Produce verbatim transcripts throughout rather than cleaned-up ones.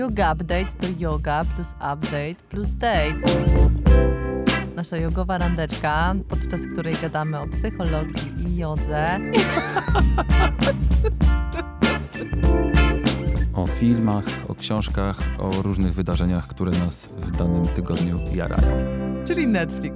Yoga Update to yoga plus update plus date. Nasza jogowa randeczka, podczas której gadamy o psychologii i jodze. O filmach, o książkach, o różnych wydarzeniach, które nas w danym tygodniu jarają. Czyli Netflix.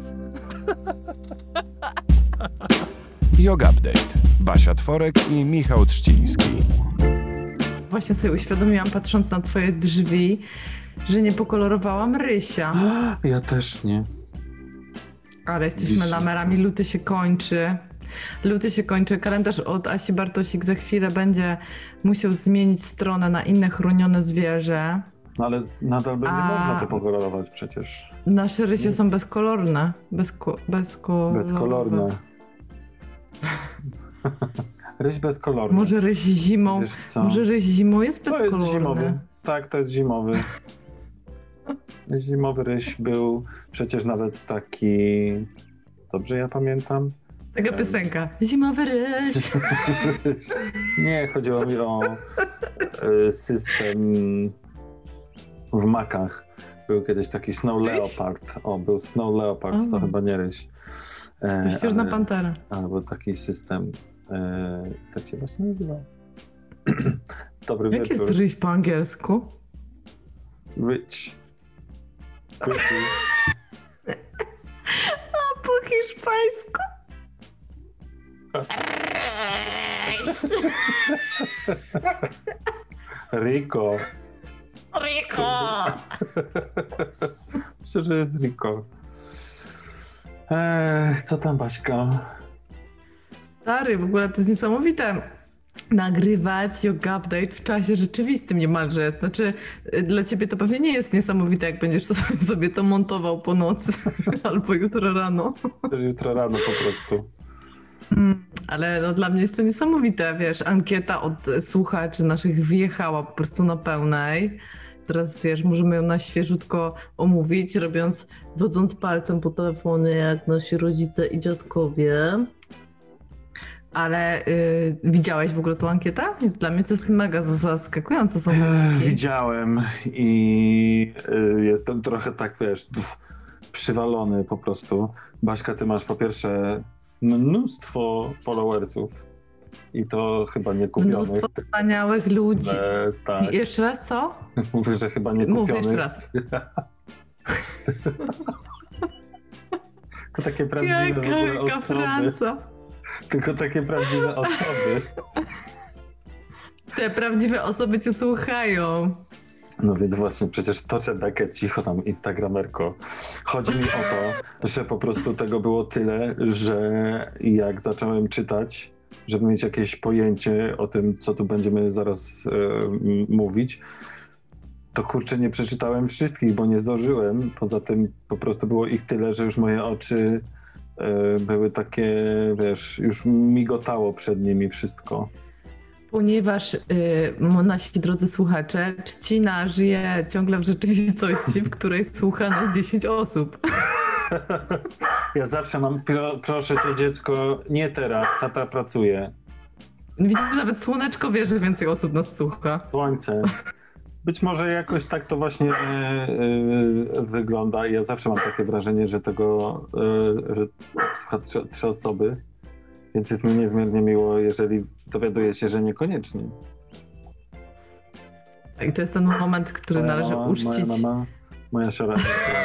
Yoga Update. Basia Tworek i Michał Trzciński. Właśnie sobie uświadomiłam, patrząc na twoje drzwi, że nie pokolorowałam rysia. Ja też nie. Ale jesteśmy Widzisz. lamerami, luty się kończy. Luty się kończy. Kalendarz od Asi Bartosik za chwilę będzie musiał zmienić stronę na inne chronione zwierzę. No ale nadal będzie A- można to pokolorować przecież. Nasze rysie są bezkolorne. Bezko- bezkolorowe. Bezkolorne. Ryś bezkolorny. Może ryś zimą. Wiesz co? Może ryś zimą jest To bezkolorny. jest zimowy. Tak, to jest zimowy. Zimowy ryś był przecież nawet taki... Dobrze ja pamiętam? Taka piosenka. Zimowy ryś. Nie, chodziło mi o e, system w makach. Był kiedyś taki Snow Ryś? Leopard. O, był Snow Leopard, to O. chyba nie ryś. E, To ścieżna ale- pantera. Albo taki system. E, tak się właśnie nazywał. Dobry Jak jest wieczór. ryś po angielsku? Rich. Richie. A po hiszpańsku? Rico. Rico! Myślę, że jest Rico. Eee, co tam, Baśka? Stary, w ogóle to jest niesamowite. Nagrywać Yoga Update w czasie rzeczywistym niemalże. Znaczy, y, dla ciebie to pewnie nie jest niesamowite, jak będziesz sobie, sobie to montował po nocy albo jutro rano. Jutro rano po prostu. Mm, Ale no, dla mnie jest to niesamowite, wiesz, ankieta od e, słuchaczy naszych wjechała po prostu na pełnej. Teraz, wiesz, możemy ją na świeżutko omówić, robiąc, wodząc palcem po telefonie, jak nasi rodzice i dziadkowie. Ale y, widziałeś w ogóle tą ankietę? Więc dla mnie to jest mega zaskakujące. Są Eee, wyniki. widziałem i y, jestem trochę tak, wiesz, pf, przywalony po prostu. Baśka, ty masz po pierwsze mnóstwo followersów i to chyba nie kupionych. Mnóstwo wspaniałych ludzi. E, tak, I jeszcze raz co? mówię, że chyba nie Mów kupionych. jeszcze raz. Tylko takie prawdziwe w ogóle Jaka osoby. Franca. Tylko takie prawdziwe osoby. Te prawdziwe osoby cię słuchają. No więc właśnie, przecież toczę bekę cicho tam, instagramerko. Chodzi mi o to, że po prostu tego było tyle, że jak zacząłem czytać, żeby mieć jakieś pojęcie o tym, co tu będziemy zaraz e, m- mówić, to kurczę nie przeczytałem wszystkich, bo nie zdążyłem. Poza tym po prostu było ich tyle, że już moje oczy e, były takie, wiesz, już migotało przed nimi wszystko. Ponieważ y, mo- nasi drodzy słuchacze, Trzcina żyje ciągle w rzeczywistości, w której słucha nas dziesięć osób. Ja zawsze mam, pro, proszę to dziecko, nie teraz, tata pracuje. Widzisz, nawet Słoneczko wie, że więcej osób nas słucha. Słońce. Być może jakoś tak to właśnie e, e, wygląda. Ja zawsze mam takie wrażenie, że tego, e, że słucha trzy, trzy osoby, więc jest mi niezmiernie miło, jeżeli dowiaduję się, że niekoniecznie. I to jest ten moment, który Moja należy mama, uczcić. Moja mama, moja siora.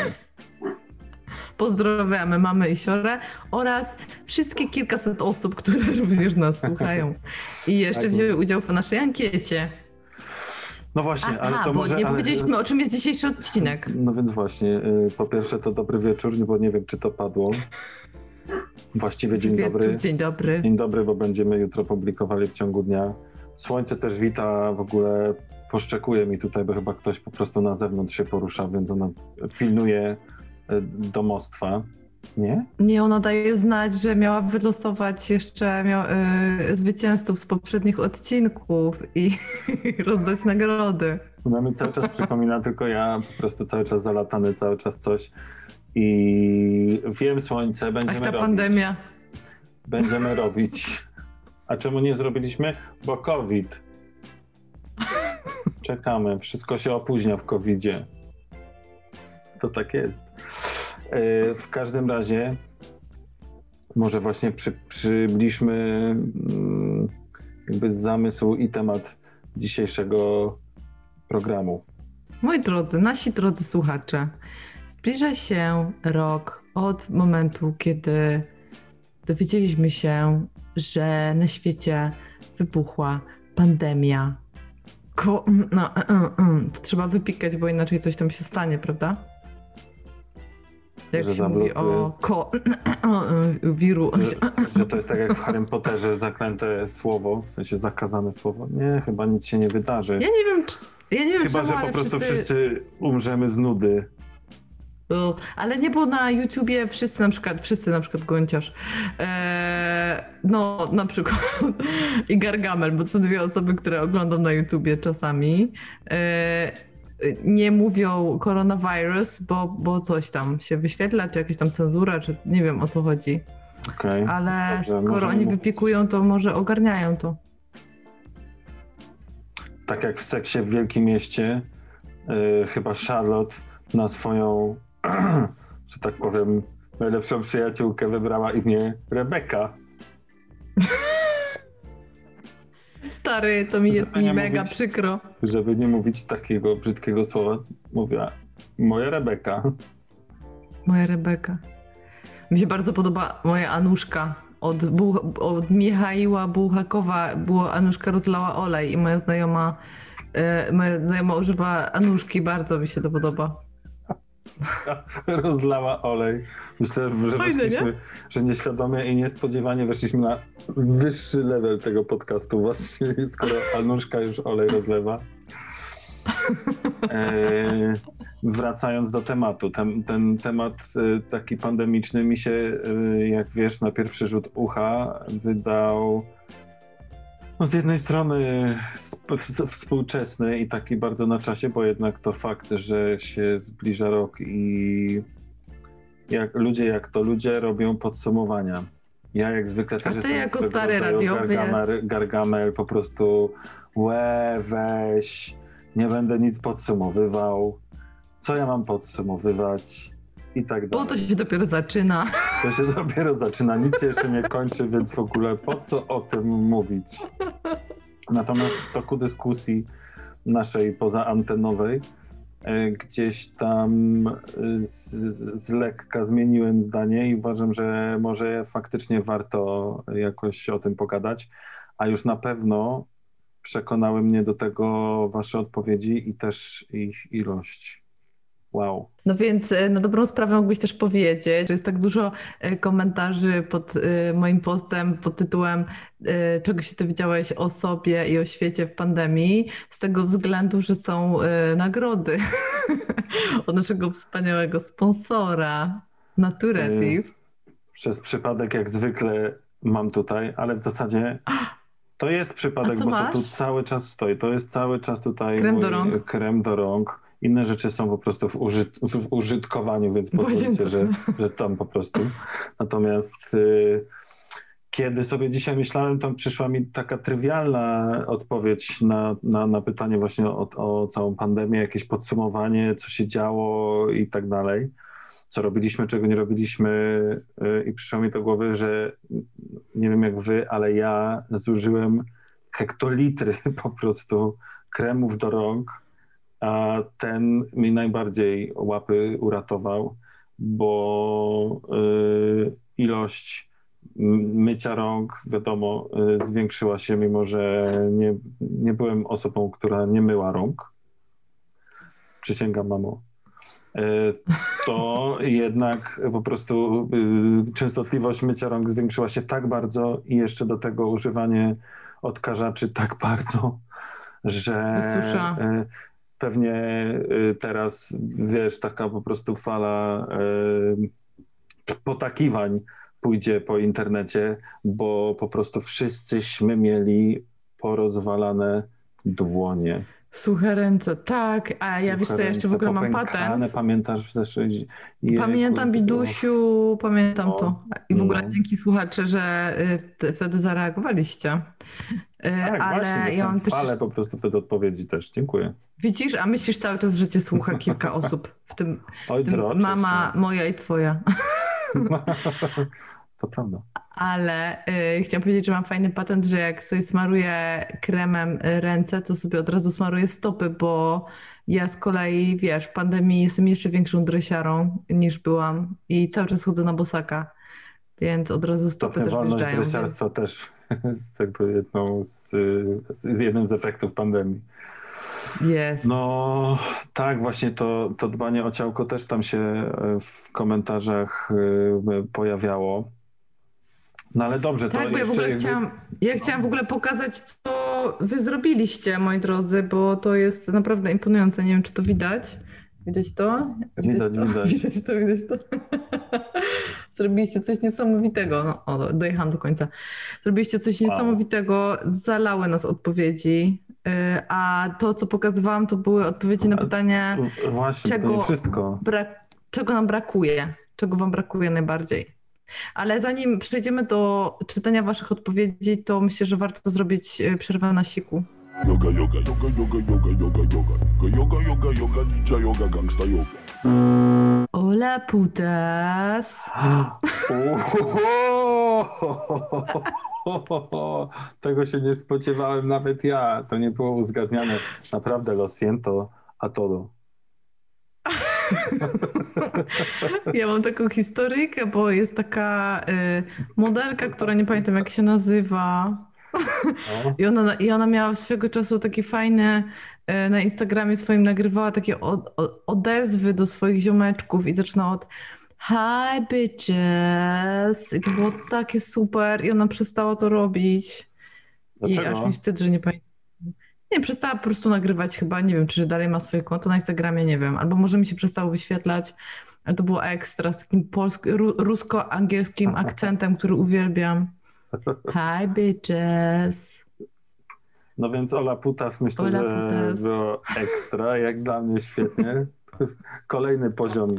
Pozdrawiamy mamy i siorę oraz wszystkie kilkaset osób, które również nas słuchają. I jeszcze Tak. wzięły udział w naszej ankiecie. No właśnie, ale Aha, to bo może... nie ale- powiedzieliśmy, o czym jest dzisiejszy odcinek. No więc właśnie, y, po pierwsze to dobry wieczór, bo nie wiem, czy to padło. Właściwie dzień Wieczór, dobry. Dzień dobry. Dzień dobry, bo będziemy jutro publikowali w ciągu dnia. Słońce też wita, w ogóle poszczekuje mi tutaj, bo chyba ktoś po prostu na zewnątrz się porusza, więc ona pilnuje y, domostwa. Nie? Nie, ona daje znać, że miała wylosować jeszcze miał, y, zwycięzców z poprzednich odcinków i rozdać nagrody. Ona mi cały czas przypomina, tylko ja po prostu cały czas zalatany, cały czas coś. I wiem, słońce, Ach, będziemy ta robić. pandemia. Będziemy robić. A czemu nie zrobiliśmy? Bo COVID. Czekamy. Wszystko się opóźnia w kowidzie. To tak jest. Yy, w każdym razie może właśnie przy, przybliżmy mm, jakby zamysł i temat dzisiejszego programu. Moi drodzy, nasi drodzy słuchacze, zbliża się rok od momentu, kiedy dowiedzieliśmy się, że na świecie wybuchła pandemia. Ko- no, to trzeba wypikać, bo inaczej coś tam się stanie, prawda? Jak Że się mówi o ko- wiru. Że, że to jest tak jak w Harrym Potterze zaklęte słowo, w sensie zakazane słowo. Nie, chyba nic się nie wydarzy. Ja nie wiem, czy, ja nie wiem Chyba, czemu, że po ale prostu wszyscy... wszyscy umrzemy z nudy. U, Ale nie, bo na YouTubie wszyscy na przykład, wszyscy na przykład Gonciarz, eee, no na przykład i Gargamel, bo to są dwie osoby, które oglądam na YouTubie czasami, eee, nie mówią koronawirus, bo, bo coś tam się wyświetla, czy jakaś tam cenzura, czy nie wiem o co chodzi. Okay. Ale Dobrze, skoro możemy oni mówić. wypikują, to może ogarniają to. Tak jak w Seksie w Wielkim Mieście, yy, chyba Charlotte na swoją, że tak powiem, najlepszą przyjaciółkę wybrała imię Rebeka. Stary, to mi jest Żeby mi nie mega mówić- przykro. Żeby nie mówić takiego brzydkiego słowa, mówiła moja Rebeka. Moja Rebeka. Mi się bardzo podoba moja Anuszka. Od, Buch- od Michaiła Buchakowa było Anuszka rozlała olej i moja znajoma, e, moja znajoma używa Anuszki, bardzo mi się to podoba. Rozlała olej. Myślę, że Fajne, weszliśmy, że nieświadomie i niespodziewanie weszliśmy na wyższy level tego podcastu właśnie, skoro Anuszka już olej rozlewa. E, wracając do tematu, ten, ten temat e, taki pandemiczny mi się, e, jak wiesz, na pierwszy rzut ucha wydał no, z jednej strony wsp- w- współczesny i taki bardzo na czasie, bo jednak to fakt, że się zbliża rok i jak ludzie jak to ludzie robią podsumowania. Ja jak zwykle też ty jestem jako swego stary rodzaju radiowiec. gargamel, gargamel po prostu łe, weź, nie będę nic podsumowywał, co ja mam podsumowywać i tak Bo dalej. to się dopiero zaczyna. To się dopiero zaczyna, nic się jeszcze nie kończy, więc w ogóle po co o tym mówić? Natomiast w toku dyskusji naszej pozaantenowej e, gdzieś tam e, z, z, z lekka zmieniłem zdanie i uważam, że może faktycznie warto jakoś o tym pogadać, a już na pewno przekonały mnie do tego wasze odpowiedzi i też ich ilość. Wow. No więc e, na dobrą sprawę mógłbyś też powiedzieć, że jest tak dużo e, komentarzy pod e, moim postem pod tytułem e, czego się dowiedziałeś o sobie i o świecie w pandemii, z tego względu, że są e, nagrody od naszego wspaniałego sponsora Naturetive. Przez przypadek jak zwykle mam tutaj, ale w zasadzie to jest przypadek, co bo masz? to tu cały czas stoi. To jest cały czas tutaj Krem mój do rąk. krem do rąk. Inne rzeczy są po prostu w, użyt- w użytkowaniu, więc W pozwólcie, łazience. że, że tam po prostu. Natomiast y, kiedy sobie dzisiaj myślałem, to przyszła mi taka trywialna odpowiedź na, na, na pytanie właśnie o, o całą pandemię, jakieś podsumowanie, co się działo i tak dalej. Co robiliśmy, czego nie robiliśmy y, i przyszło mi do głowy, że nie wiem jak wy, ale ja zużyłem hektolitry po prostu kremów do rąk, a ten mi najbardziej łapy uratował, bo y, ilość mycia rąk, wiadomo, y, zwiększyła się, mimo że nie, nie byłem osobą, która nie myła rąk. Przysięgam, mamo. Y, to jednak po prostu y, częstotliwość mycia rąk zwiększyła się tak bardzo i jeszcze do tego używanie odkażaczy tak bardzo, że Wysusza. y, pewnie y, teraz, wiesz, taka po prostu fala y, potakiwań pójdzie po internecie, bo po prostu wszyscyśmy mieli porozwalane dłonie. Suche ręce, tak. A ja wiesz co, ja jeszcze w ogóle mam patent. Pamiętasz w zeszłej... Pamiętam, Bidusiu, pamiętam no, to. I w ogóle no. dzięki słuchacze, że y, wtedy zareagowaliście. Y, tak, ale właśnie, ja mam też... falę po prostu wtedy odpowiedzi też. Dziękuję. Widzisz, a myślisz cały czas, że cię słucha kilka osób. W tym, Oj, w tym mama się. moja i twoja. To prawda. Ale y, chciałam powiedzieć, że mam fajny patent, że jak sobie smaruję kremem ręce, to sobie od razu smaruję stopy, bo ja z kolei, wiesz, w pandemii jestem jeszcze większą dresiarą niż byłam i cały czas chodzę na bosaka, więc od razu stopy Stopnia też wolność wjeżdżają. dresiarstwa więc... też jest jakby jedną z, z, z jednym z efektów pandemii. Jest. No tak, właśnie to, to dbanie o ciałko też tam się w komentarzach pojawiało. No ale dobrze, to tak, bo ja w ogóle jakby... chciałam, ja chciałam w ogóle pokazać, co wy zrobiliście, moi drodzy, bo to jest naprawdę imponujące. Nie wiem, czy to widać. Widać to? Widać, to? widać. Widać to, widać to. Zrobiliście coś niesamowitego. No, o, dojechałam do końca. Zrobiliście coś wow. niesamowitego, zalały nas odpowiedzi, a to, co pokazywałam, to były odpowiedzi na pytanie, właśnie, czego, to nie wszystko. Brak, czego nam brakuje, czego wam brakuje najbardziej. Ale zanim przejdziemy do czytania waszych odpowiedzi, to myślę, że warto zrobić przerwę na siku. Yoga, yoga, yoga, yoga, yoga, yoga, yoga, yoga, yoga, yoga, ninja yoga, gangsta yoga. Hola putas. Tego się nie spodziewałem nawet ja. To nie było uzgadniane. Naprawdę lo siento a todo. Ja mam taką historyjkę, bo jest taka y, modelka, która nie pamiętam jak się nazywa. I ona, I ona miała swego czasu taki fajny, y, na Instagramie swoim nagrywała takie od, od, odezwy do swoich ziomeczków i zaczynała od hi bitches. I to było takie super i ona przestała to robić. Dlaczego? I aż mi wstyd, że nie pamiętam. Nie, przestała po prostu nagrywać chyba, nie wiem, czy dalej ma swoje konto na Instagramie, nie wiem, albo może mi się przestało wyświetlać, ale to było ekstra, z takim polsk- ru- rusko-angielskim akcentem, który uwielbiam. Hi bitches. No więc Ola Putas myślę, Ola że Putas. było ekstra, jak dla mnie świetnie. Kolejny poziom.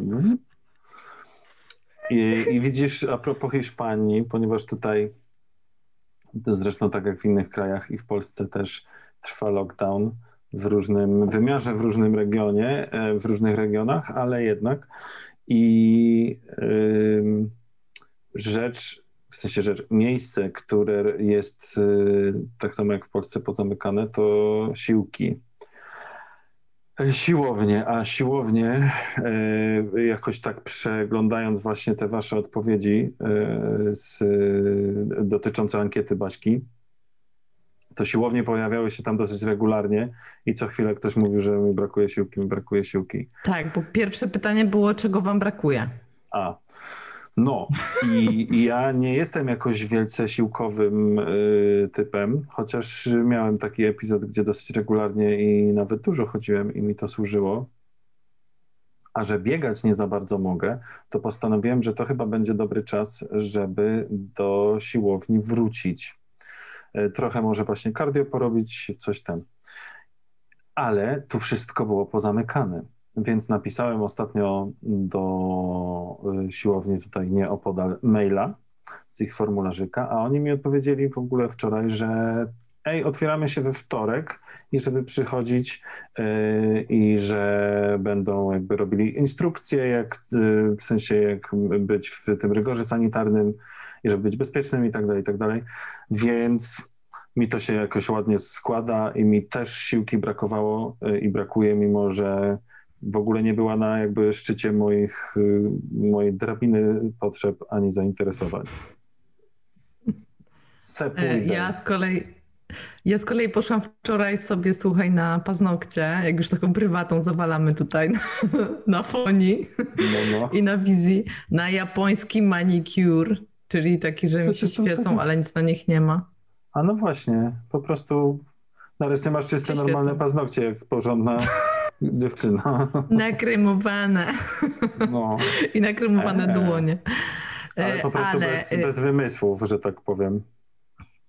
I, I widzisz, a propos Hiszpanii, ponieważ tutaj, zresztą tak jak w innych krajach i w Polsce też trwa lockdown w różnym wymiarze, w różnym regionie, w różnych regionach, ale jednak. I yy, rzecz, w sensie rzecz, miejsce, które jest yy, tak samo jak w Polsce pozamykane, to siłki. Siłownie, a siłownie, yy, jakoś tak przeglądając właśnie te wasze odpowiedzi yy, z, yy, dotyczące ankiety Baśki, to siłownie pojawiały się tam dosyć regularnie i co chwilę ktoś mówił, że mi brakuje siłki, mi brakuje siłki. Tak, bo pierwsze pytanie było, czego wam brakuje? A, no i, i ja nie jestem jakoś wielce siłkowym y, typem, chociaż miałem taki epizod, gdzie dosyć regularnie i nawet dużo chodziłem i mi to służyło. A że biegać nie za bardzo mogę, to postanowiłem, że to chyba będzie dobry czas, żeby do siłowni wrócić. Trochę może właśnie cardio porobić, coś tam. Ale tu wszystko było pozamykane. Więc napisałem ostatnio do siłowni tutaj nieopodal maila z ich formularzyka, a oni mi odpowiedzieli w ogóle wczoraj, że ej, otwieramy się we wtorek i żeby przychodzić yy, i że będą jakby robili instrukcje, jak yy, w sensie jak być w tym rygorze sanitarnym i żeby być bezpiecznym i tak dalej, i tak dalej. Więc mi to się jakoś ładnie składa i mi też siłki brakowało yy, i brakuje, mimo że w ogóle nie była na jakby szczycie moich, yy, mojej drabiny potrzeb ani zainteresowań. Se pójdę. Ja z kolei Ja z kolei poszłam wczoraj sobie, słuchaj, na paznokcie, jak już taką prywatną zawalamy tutaj na, na fonii no, no. i na wizji, na japoński manicure, czyli taki, że mi się to, to, świecą, to... ale nic na nich nie ma. A no właśnie, po prostu nareszcie masz czyste, normalne paznokcie, jak porządna dziewczyna. Nakremowane. No. I nakremowane eee. dłonie. Ale po prostu ale... Bez, bez wymysłów, że tak powiem.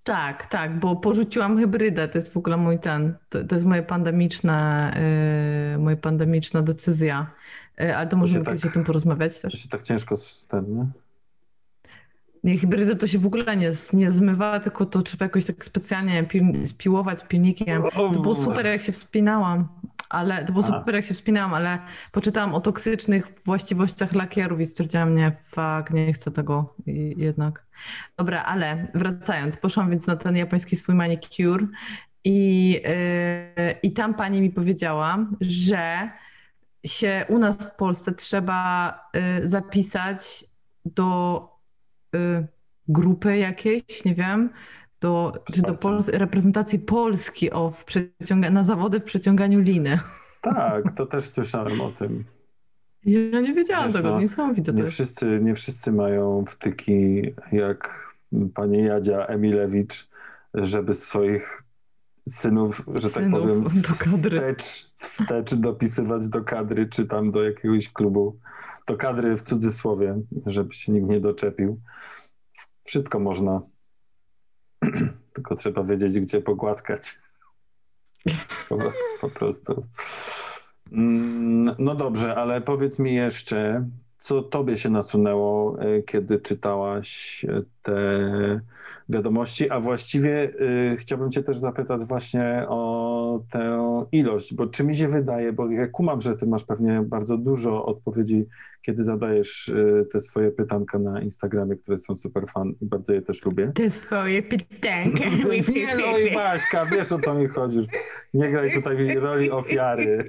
Tak, tak, bo porzuciłam hybrydę, to jest w ogóle mój ten, to, to jest moje pandemiczne, yy, moja pandemiczna decyzja, yy, ale to możemy tak- kiedyś o tym porozmawiać To też. się tak ciężko z ten, nie? Nie, hybrydy to się w ogóle nie, nie zmywa, tylko to trzeba jakoś tak specjalnie pil, spiłować pilnikiem. To było super, jak się wspinałam, ale to było A. super, jak się wspinałam, ale poczytałam o toksycznych właściwościach lakierów i stwierdziłam, nie, fuck, nie chcę tego i, jednak. Dobra, ale wracając, poszłam więc na ten japoński swój manicure i, yy, i tam pani mi powiedziała, że się u nas w Polsce trzeba yy, zapisać do y, grupy jakiejś, nie wiem, do, czy do Pol- reprezentacji Polski o, w przeciąga- na zawody w przeciąganiu liny. Tak, to też słyszałem o tym. Ja nie wiedziałam Wiesz, tego, no, niesamowite to Nie jest. wszyscy, nie wszyscy mają wtyki jak pani Jadzia Emilewicz, żeby swoich synów, że tak Synów powiem, do kadry. wstecz, wstecz dopisywać do kadry, czy tam do jakiegoś klubu. Do kadry w cudzysłowie, żeby się nikt nie doczepił. Wszystko można. Tylko trzeba wiedzieć, gdzie pogłaskać. Po, po prostu. Mm, No dobrze, ale powiedz mi jeszcze, co tobie się nasunęło, e, kiedy czytałaś e, te wiadomości, a właściwie e, chciałbym cię też zapytać właśnie o tę ilość, bo czy mi się wydaje, bo ja kumam, że ty masz pewnie bardzo dużo odpowiedzi, kiedy zadajesz e, te swoje pytanka na Instagramie, które są super fan i bardzo je też lubię. Te swoje pytanka. Nie no i Baśka, wiesz o co mi chodzi. Już nie graj tutaj roli ofiary.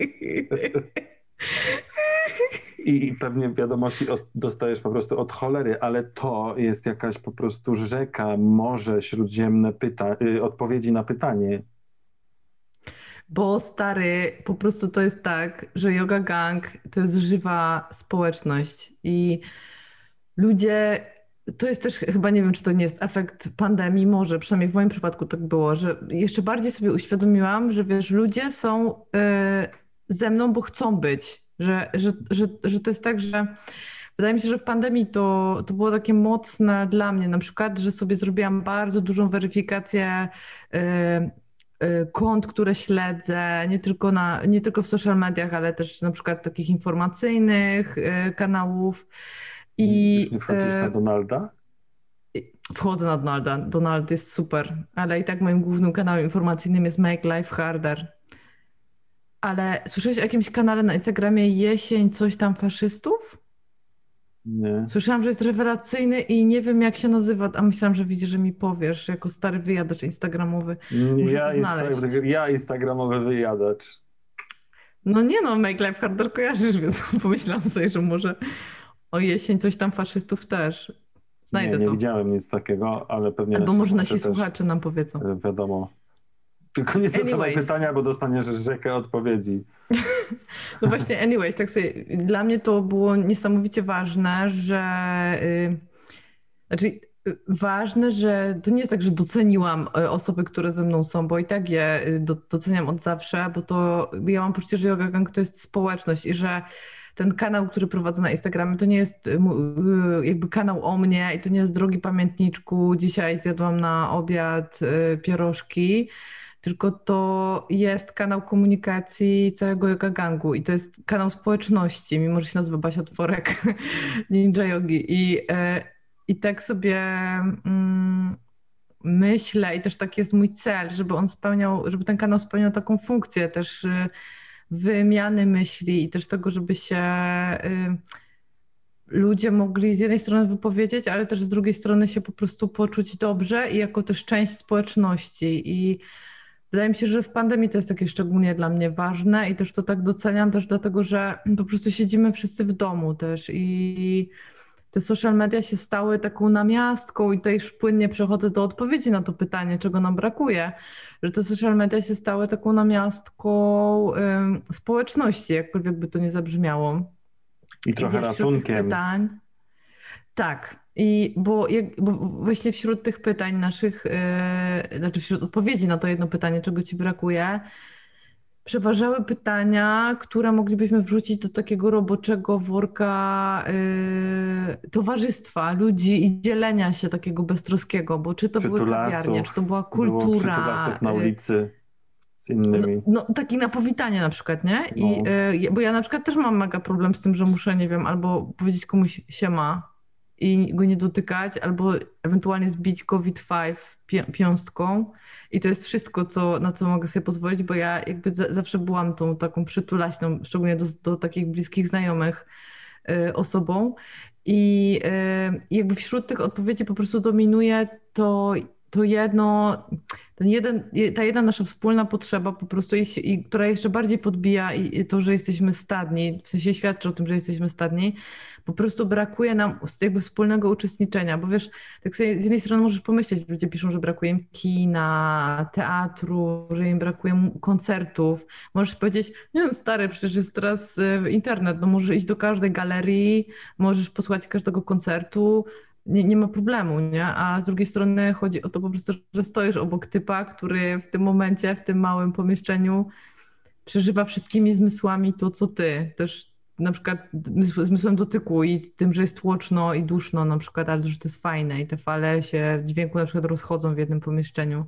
I pewnie wiadomości os- dostajesz po prostu od cholery, ale to jest jakaś po prostu rzeka, morze śródziemne pyta- y, odpowiedzi na pytanie. Bo stary, po prostu to jest tak, że Yoga Gang to jest żywa społeczność i ludzie, to jest też chyba, nie wiem, czy to nie jest efekt pandemii, może, przynajmniej w moim przypadku tak było, że jeszcze bardziej sobie uświadomiłam, że wiesz, ludzie są y, ze mną, bo chcą być, że, że, że, że to jest tak, że wydaje mi się, że w pandemii to, to było takie mocne dla mnie, na przykład, że sobie zrobiłam bardzo dużą weryfikację y, y, kont, które śledzę, nie tylko, na, nie tylko w social mediach, ale też na przykład takich informacyjnych y, kanałów. I Już nie wchodzisz y, na Donalda? wchodzę na Donalda. Donald jest super, ale i tak moim głównym kanałem informacyjnym jest Make Life Harder. Ale słyszałeś o jakimś kanale na Instagramie Jesień coś tam faszystów? Nie. Słyszałam, że jest rewelacyjny i nie wiem jak się nazywa, a myślałam, że widzisz, że mi powiesz, jako stary wyjadacz instagramowy. Muszę Ja, to znaleźć. insta- ja instagramowy wyjadacz. No nie no, Make Life Harder kojarzysz, więc pomyślałam sobie, że może o Jesień coś tam faszystów też. Znajdę Nie, nie to. widziałem nic takiego, ale pewnie Albo nasi może nasi słuchacze też, słuchacze nam powiedzą. e, wiadomo. Tylko nie zadawaj Anyways. pytania, bo dostaniesz rzekę odpowiedzi. No właśnie, anyways, tak sobie, dla mnie to było niesamowicie ważne, że y, znaczy y, ważne, że to nie jest tak, że doceniłam y, osoby, które ze mną są, bo i tak je y, do, doceniam od zawsze, bo to ja mam poczucie, że Yoga Gang to jest społeczność i że ten kanał, który prowadzę na Instagramie, to nie jest y, y, jakby kanał o mnie i to nie jest drogi pamiętniczku, dzisiaj zjadłam na obiad y, pierożki, tylko to jest kanał komunikacji całego Yoga Gangu i to jest kanał społeczności, mimo że się nazywa Basia Tworek Ninja Yogi. I, e, i tak sobie mm, myślę i też taki jest mój cel, żeby on spełniał, żeby ten kanał spełniał taką funkcję też y, wymiany myśli i też tego, żeby się y, ludzie mogli z jednej strony wypowiedzieć, ale też z drugiej strony się po prostu poczuć dobrze i jako też część społeczności. I wydaje mi się, że w pandemii to jest takie szczególnie dla mnie ważne i też to tak doceniam też dlatego, że po prostu siedzimy wszyscy w domu też i te social media się stały taką namiastką i tutaj już płynnie przechodzę do odpowiedzi na to pytanie, czego nam brakuje, że te social media się stały taką namiastką ym, społeczności, jakkolwiek by to nie zabrzmiało. I trochę I wiesz, wśród tych ratunkiem. pytań, tak, i bo, jak, bo właśnie wśród tych pytań naszych, yy, znaczy wśród odpowiedzi na to jedno pytanie, czego ci brakuje, przeważały pytania, które moglibyśmy wrzucić do takiego roboczego worka yy, towarzystwa, ludzi i dzielenia się takiego beztroskiego, bo czy to były kawiarnie, czy to była kultura. Było przytulasów na ulicy z innymi. No, no taki na powitanie na przykład, nie? I, No. yy, bo ja na przykład też mam mega problem z tym, że muszę, nie wiem, albo powiedzieć komuś siema i go nie dotykać, albo ewentualnie zbić COVID pięć piąstką. I to jest wszystko, co, na co mogę sobie pozwolić, bo ja jakby za, zawsze byłam tą taką przytulaśną, szczególnie do, do takich bliskich znajomych y, osobą. I y, jakby wśród tych odpowiedzi po prostu dominuje to, to jedno, ten jeden, ta jedna nasza wspólna potrzeba po prostu, i, i, która jeszcze bardziej podbija i, i to, że jesteśmy stadni, w sensie świadczy o tym, że jesteśmy stadni. Po prostu brakuje nam jakby wspólnego uczestniczenia, bo wiesz, tak sobie z jednej strony możesz pomyśleć, ludzie piszą, że brakuje im kina, teatru, że im brakuje koncertów. Możesz powiedzieć, nie no stary, przecież jest teraz internet, no możesz iść do każdej galerii, możesz posłuchać każdego koncertu, nie, nie ma problemu, nie? A z drugiej strony chodzi o to po prostu, że stoisz obok typa, który w tym momencie, w tym małym pomieszczeniu przeżywa wszystkimi zmysłami to, co ty. Też na przykład zmysłem dotyku i tym, że jest tłoczno i duszno na przykład, ale że to jest fajne i te fale się dźwięku na przykład rozchodzą w jednym pomieszczeniu.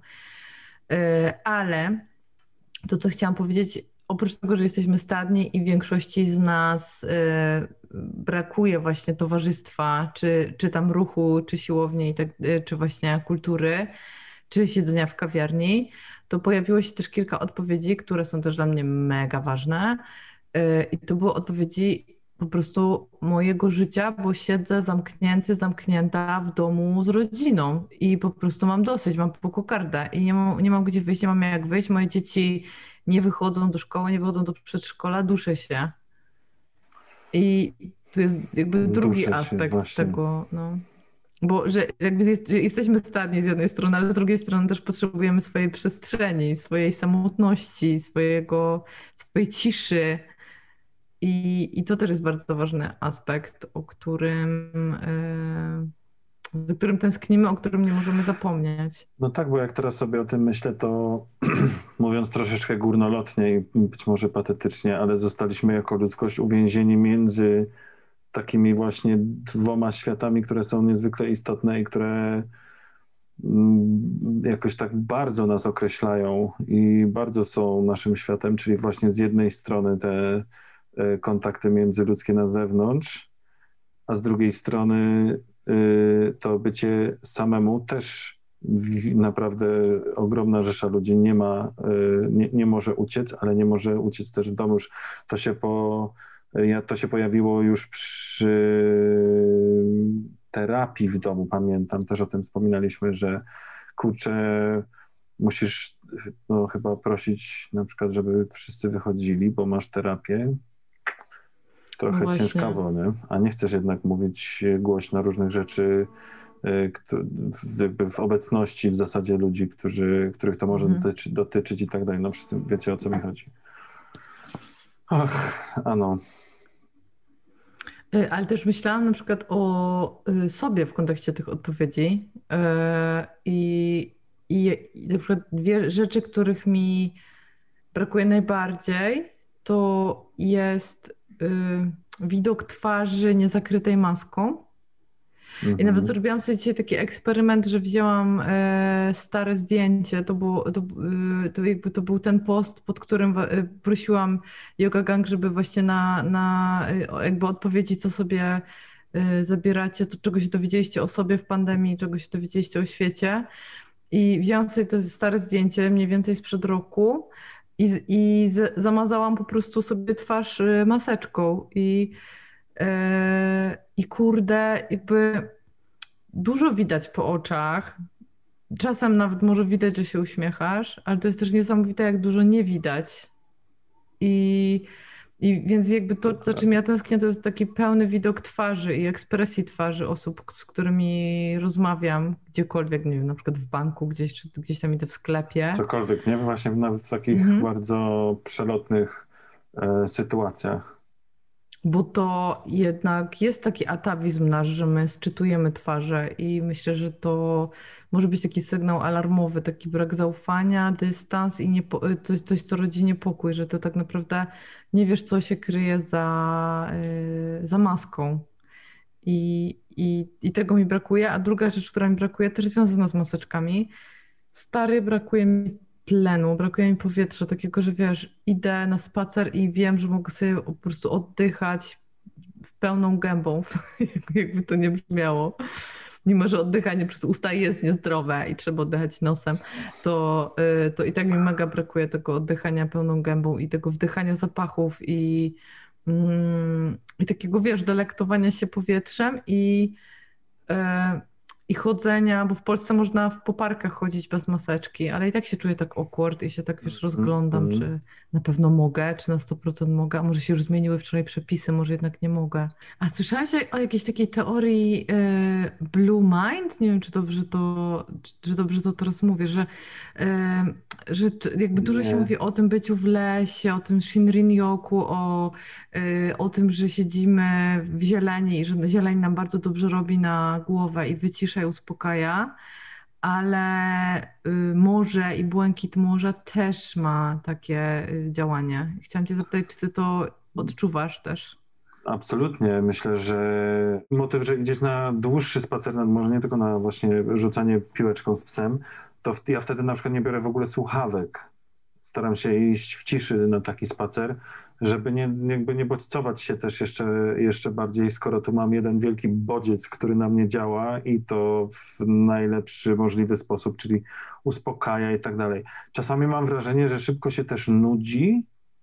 Ale to, co chciałam powiedzieć, oprócz tego, że jesteśmy stadni i większości z nas brakuje właśnie towarzystwa, czy, czy tam ruchu, czy siłowni, tak, czy właśnie kultury, czy siedzenia w kawiarni, to pojawiło się też kilka odpowiedzi, które są też dla mnie mega ważne. I to były odpowiedzi po prostu mojego życia, bo siedzę zamknięty, zamknięta w domu z rodziną i po prostu mam dosyć, mam po kokardę i nie mam, nie mam gdzie wyjść, nie mam jak wyjść. Moje dzieci nie wychodzą do szkoły, nie wychodzą do przedszkola, duszę się. I tu jest jakby drugi Duszę się, aspekt właśnie. tego, no. Bo że jakby jest, że jesteśmy stadni z jednej strony, ale z drugiej strony też potrzebujemy swojej przestrzeni, swojej samotności, swojego, swojej ciszy. I, I to też jest bardzo ważny aspekt, o którym, yy, za którym tęsknimy, o którym nie możemy zapomnieć. No tak, bo jak teraz sobie o tym myślę, to mówiąc troszeczkę górnolotnie i być może patetycznie, ale zostaliśmy jako ludzkość uwięzieni między takimi właśnie dwoma światami, które są niezwykle istotne i które jakoś tak bardzo nas określają i bardzo są naszym światem, czyli właśnie z jednej strony te kontakty międzyludzkie na zewnątrz, a z drugiej strony to bycie samemu też naprawdę ogromna rzesza ludzi nie ma, nie, nie może uciec, ale nie może uciec też w domu. Już to się po, to się pojawiło już przy terapii w domu, pamiętam, też o tym wspominaliśmy, że kurczę, musisz no, chyba prosić na przykład, żeby wszyscy wychodzili, bo masz terapię. Trochę no ciężkawo, nie? A nie chcesz jednak mówić głośno różnych rzeczy jakby w obecności w zasadzie ludzi, którzy, których to może mhm. dotyczy, dotyczyć i tak dalej. No wszyscy wiecie, o co mi chodzi. Ach, ano. Ale też myślałam na przykład o sobie w kontekście tych odpowiedzi i, i, i na przykład dwie rzeczy, których mi brakuje najbardziej, to jest widok twarzy niezakrytej maską. Mm-hmm. I nawet zrobiłam sobie dzisiaj taki eksperyment, że wzięłam e, stare zdjęcie. To, było, to, e, to, jakby to był ten post, pod którym e, prosiłam Yoga Gang, żeby właśnie na, na e, jakby odpowiedzi, co sobie e, zabieracie, to czego się dowiedzieliście o sobie w pandemii, czego się dowiedzieliście o świecie. I wzięłam sobie to stare zdjęcie, mniej więcej sprzed roku. I, i z, zamazałam po prostu sobie twarz maseczką i, yy, i kurde, jakby dużo widać po oczach. Czasem nawet może widać, że się uśmiechasz, ale to jest też niesamowite, jak dużo nie widać. I, i więc jakby to, za czym ja tęsknię, to jest taki pełny widok twarzy i ekspresji twarzy osób, z którymi rozmawiam gdziekolwiek, nie wiem, na przykład w banku gdzieś, czy gdzieś tam idę w sklepie. Cokolwiek, nie? Właśnie nawet w takich mhm. bardzo przelotnych e, sytuacjach. Bo to jednak jest taki atawizm nasz, że my sczytujemy twarze i myślę, że to może być taki sygnał alarmowy, taki brak zaufania, dystans i niepo- coś, coś, co rodzi niepokój, że to tak naprawdę nie wiesz, co się kryje za, yy, za maską. I, i, I tego mi brakuje. A druga rzecz, która mi brakuje, też związana z maseczkami. Stary, brakuje mi tlenu, brakuje mi powietrza, takiego, że wiesz, idę na spacer i wiem, że mogę sobie po prostu oddychać pełną gębą, jakby to nie brzmiało. Mimo że oddychanie przez usta jest niezdrowe i trzeba oddychać nosem, to, y, to i tak mi mega brakuje tego oddychania pełną gębą i tego wdychania zapachów i, mm, i takiego, wiesz, delektowania się powietrzem i y, i chodzenia, bo w Polsce można w, po parkach chodzić bez maseczki, ale i tak się czuję tak awkward i się tak, wiesz, rozglądam, Mm. czy na pewno mogę, czy na sto procent mogę, a może się już zmieniły wczoraj przepisy, może jednak nie mogę. A słyszałeś o jakiejś takiej teorii e, Blue Mind? Nie wiem, czy dobrze to, czy, czy dobrze to teraz mówię, że, e, że czy- jakby dużo Nie. się mówi o tym byciu w lesie, o tym Shinrin-yoku, o, e, o tym, że siedzimy w zieleni i że zieleń nam bardzo dobrze robi na głowę i wycisza i uspokaja, ale y, morze i błękit morza też ma takie y, działanie. Chciałam cię zapytać, czy ty to odczuwasz też? Absolutnie. Myślę, że motyw, że idziesz na dłuższy spacer nad morze, nie tylko na właśnie rzucanie piłeczką z psem, to w- ja wtedy na przykład nie biorę w ogóle słuchawek. Staram się iść w ciszy na taki spacer, żeby nie, jakby nie bodźcować się też jeszcze, jeszcze bardziej, skoro tu mam jeden wielki bodziec, który na mnie działa i to w najlepszy możliwy sposób, czyli uspokaja i tak dalej. Czasami mam wrażenie, że szybko się też nudzi,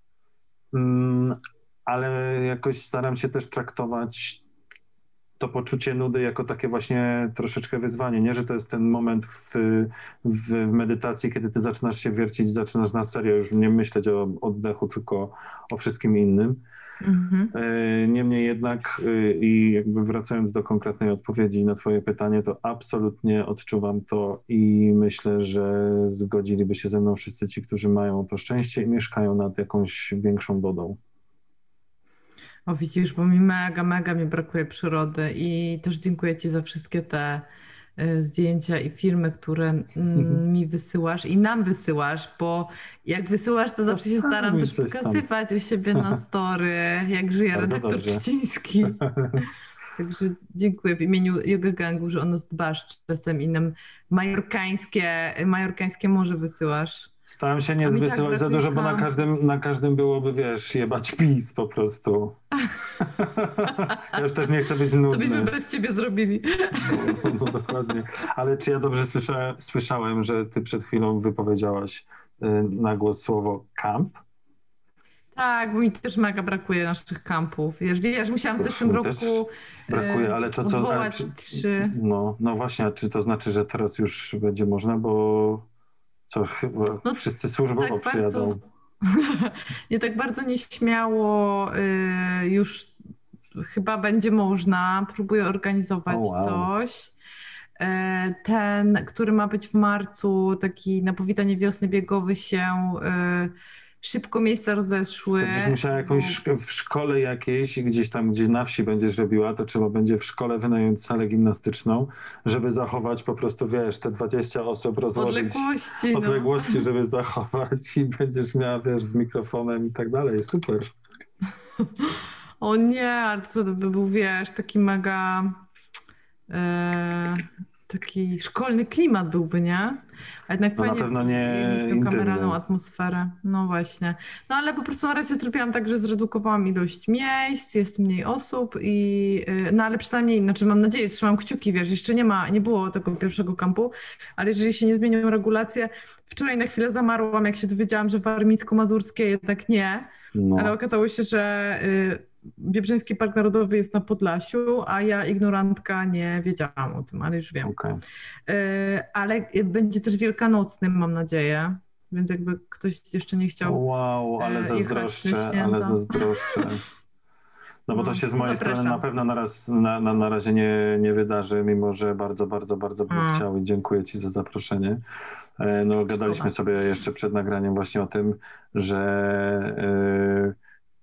mm, ale jakoś staram się też traktować to poczucie nudy jako takie właśnie troszeczkę wyzwanie, nie? Że to jest ten moment w, w, w medytacji, kiedy ty zaczynasz się wiercić, zaczynasz na serio już nie myśleć o oddechu, tylko o wszystkim innym. Mhm. E, Niemniej jednak e, i jakby wracając do konkretnej odpowiedzi na twoje pytanie, to absolutnie odczuwam to i myślę, że zgodziliby się ze mną wszyscy ci, którzy mają to szczęście i mieszkają nad jakąś większą wodą. O widzisz, bo mi mega, mega mi brakuje przyrody i też dziękuję ci za wszystkie te y, zdjęcia i filmy, które mm, mi wysyłasz i nam wysyłasz, bo jak wysyłasz, to zawsze się sami staram też coś tam. pokazywać u siebie na story, jak żyje Bardzo redaktor dobrze. Trzciński. Także dziękuję w imieniu Yoga Gangu, że o nas dbasz czasem i nam majorkańskie, majorkańskie morze wysyłasz. Staram się nie A mi tak wysyłać za brakuje dużo, bo na tam- każdym, na każdym byłoby, wiesz, jebać PiS po prostu. Ja już też nie chcę być Co nudny. byśmy bez ciebie zrobili? No, no, dokładnie. Ale czy ja dobrze słysza, słyszałem, że ty przed chwilą wypowiedziałaś y, na głos słowo kamp? Tak, bo mi też mega brakuje naszych kampów. Wiesz, wiesz musiałam w zeszłym Mi roku też brakuje, e, ale to co... ale odwołać czy, trzy. no, no właśnie, a czy to znaczy, że teraz już będzie można, bo co, chyba No, wszyscy służbowo tak przyjadą. bardzo- Nie tak bardzo nieśmiało y, już chyba będzie można. Próbuję organizować O, wow. coś. E, Ten, który ma być w marcu, taki na powitanie wiosny biegowy się y, szybko miejsca rozeszły. Będziesz musiała jakąś szk- w szkole jakiejś, gdzieś tam, gdzie na wsi będziesz robiła, to trzeba będzie w szkole wynająć salę gimnastyczną, żeby zachować po prostu, wiesz, te dwadzieścia osób, rozłożyć Odległości. No. odległości, żeby zachować i będziesz miała, wiesz, z mikrofonem i tak dalej. Super. O nie, ale to wtedy by był, wiesz, taki mega e, taki szkolny klimat byłby, nie? A jednak No na fajnie pewno nie mieć tę intymny. kameralną atmosferę. No właśnie. No ale po prostu na razie zrobiłam tak, że zredukowałam ilość miejsc, jest mniej osób i e, no ale przynajmniej, znaczy mam nadzieję, trzymam kciuki, wiesz, jeszcze nie ma, nie było tego pierwszego kampu, ale jeżeli się nie zmienią regulacje, wczoraj na chwilę zamarłam, jak się dowiedziałam, że warmińsko-mazurskie jednak nie. No. Ale okazało się, że y, Biebrzański Park Narodowy jest na Podlasiu, a ja, ignorantka, nie wiedziałam o tym, ale już wiem. Okej. Y, ale będzie też wielkanocny, mam nadzieję, więc jakby ktoś jeszcze nie O, chciał. wow, ale e, jechać zazdroszczę, na święta. ale zazdroszczę. No bo to No, się z mojej zapraszam. strony na pewno na, raz, na, na, na razie nie, nie wydarzy, mimo że bardzo, bardzo, bardzo bym Mm. chciał i dziękuję ci za zaproszenie. E, No gadaliśmy Szkoda. sobie jeszcze przed nagraniem właśnie o tym, że e,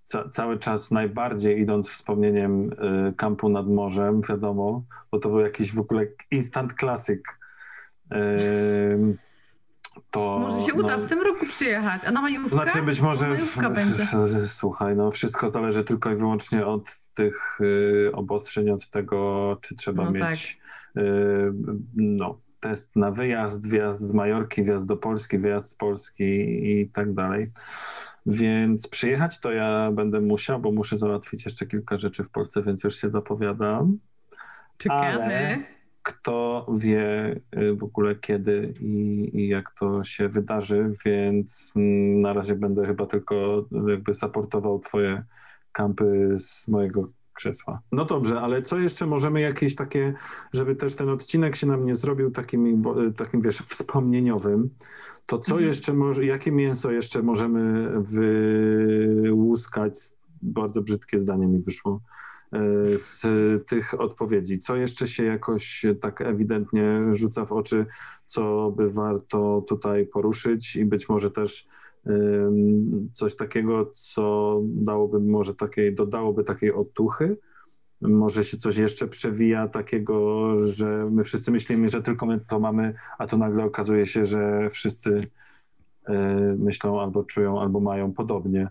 ca- cały czas najbardziej idąc wspomnieniem y, kampu nad morzem, wiadomo, bo to był jakiś w ogóle instant classic. Y, to, Może się uda no, w tym roku przyjechać, a na majówkę? Znaczy być może, Bo majówka w, będzie. w, słuchaj, no wszystko zależy tylko i wyłącznie od tych y, obostrzeń, od tego, czy trzeba No mieć y, no, test na wyjazd, wjazd z Majorki, wjazd do Polski, wyjazd z Polski i tak dalej. Więc przyjechać to ja będę musiał, bo muszę załatwić jeszcze kilka rzeczy w Polsce, więc już się zapowiadam. Czekamy. Ale kto wie y, w ogóle kiedy i, i jak to się wydarzy, więc mm, na razie będę chyba tylko jakby supportował twoje kampy z mojego krzesła. No dobrze, ale co jeszcze możemy jakieś takie, żeby też ten odcinek się nam nie zrobił takim, bo- takim wiesz, wspomnieniowym, to co Mhm. jeszcze może, jakie mięso jeszcze możemy wyłuskać, bardzo brzydkie zdanie mi wyszło, z tych odpowiedzi. Co jeszcze się jakoś tak ewidentnie rzuca w oczy, co by warto tutaj poruszyć i być może też um, coś takiego, co dałoby może takiej, dodałoby takiej otuchy? Może się coś jeszcze przewija takiego, że my wszyscy myślimy, że tylko my to mamy, a tu nagle okazuje się, że wszyscy y, myślą albo czują, albo mają podobnie.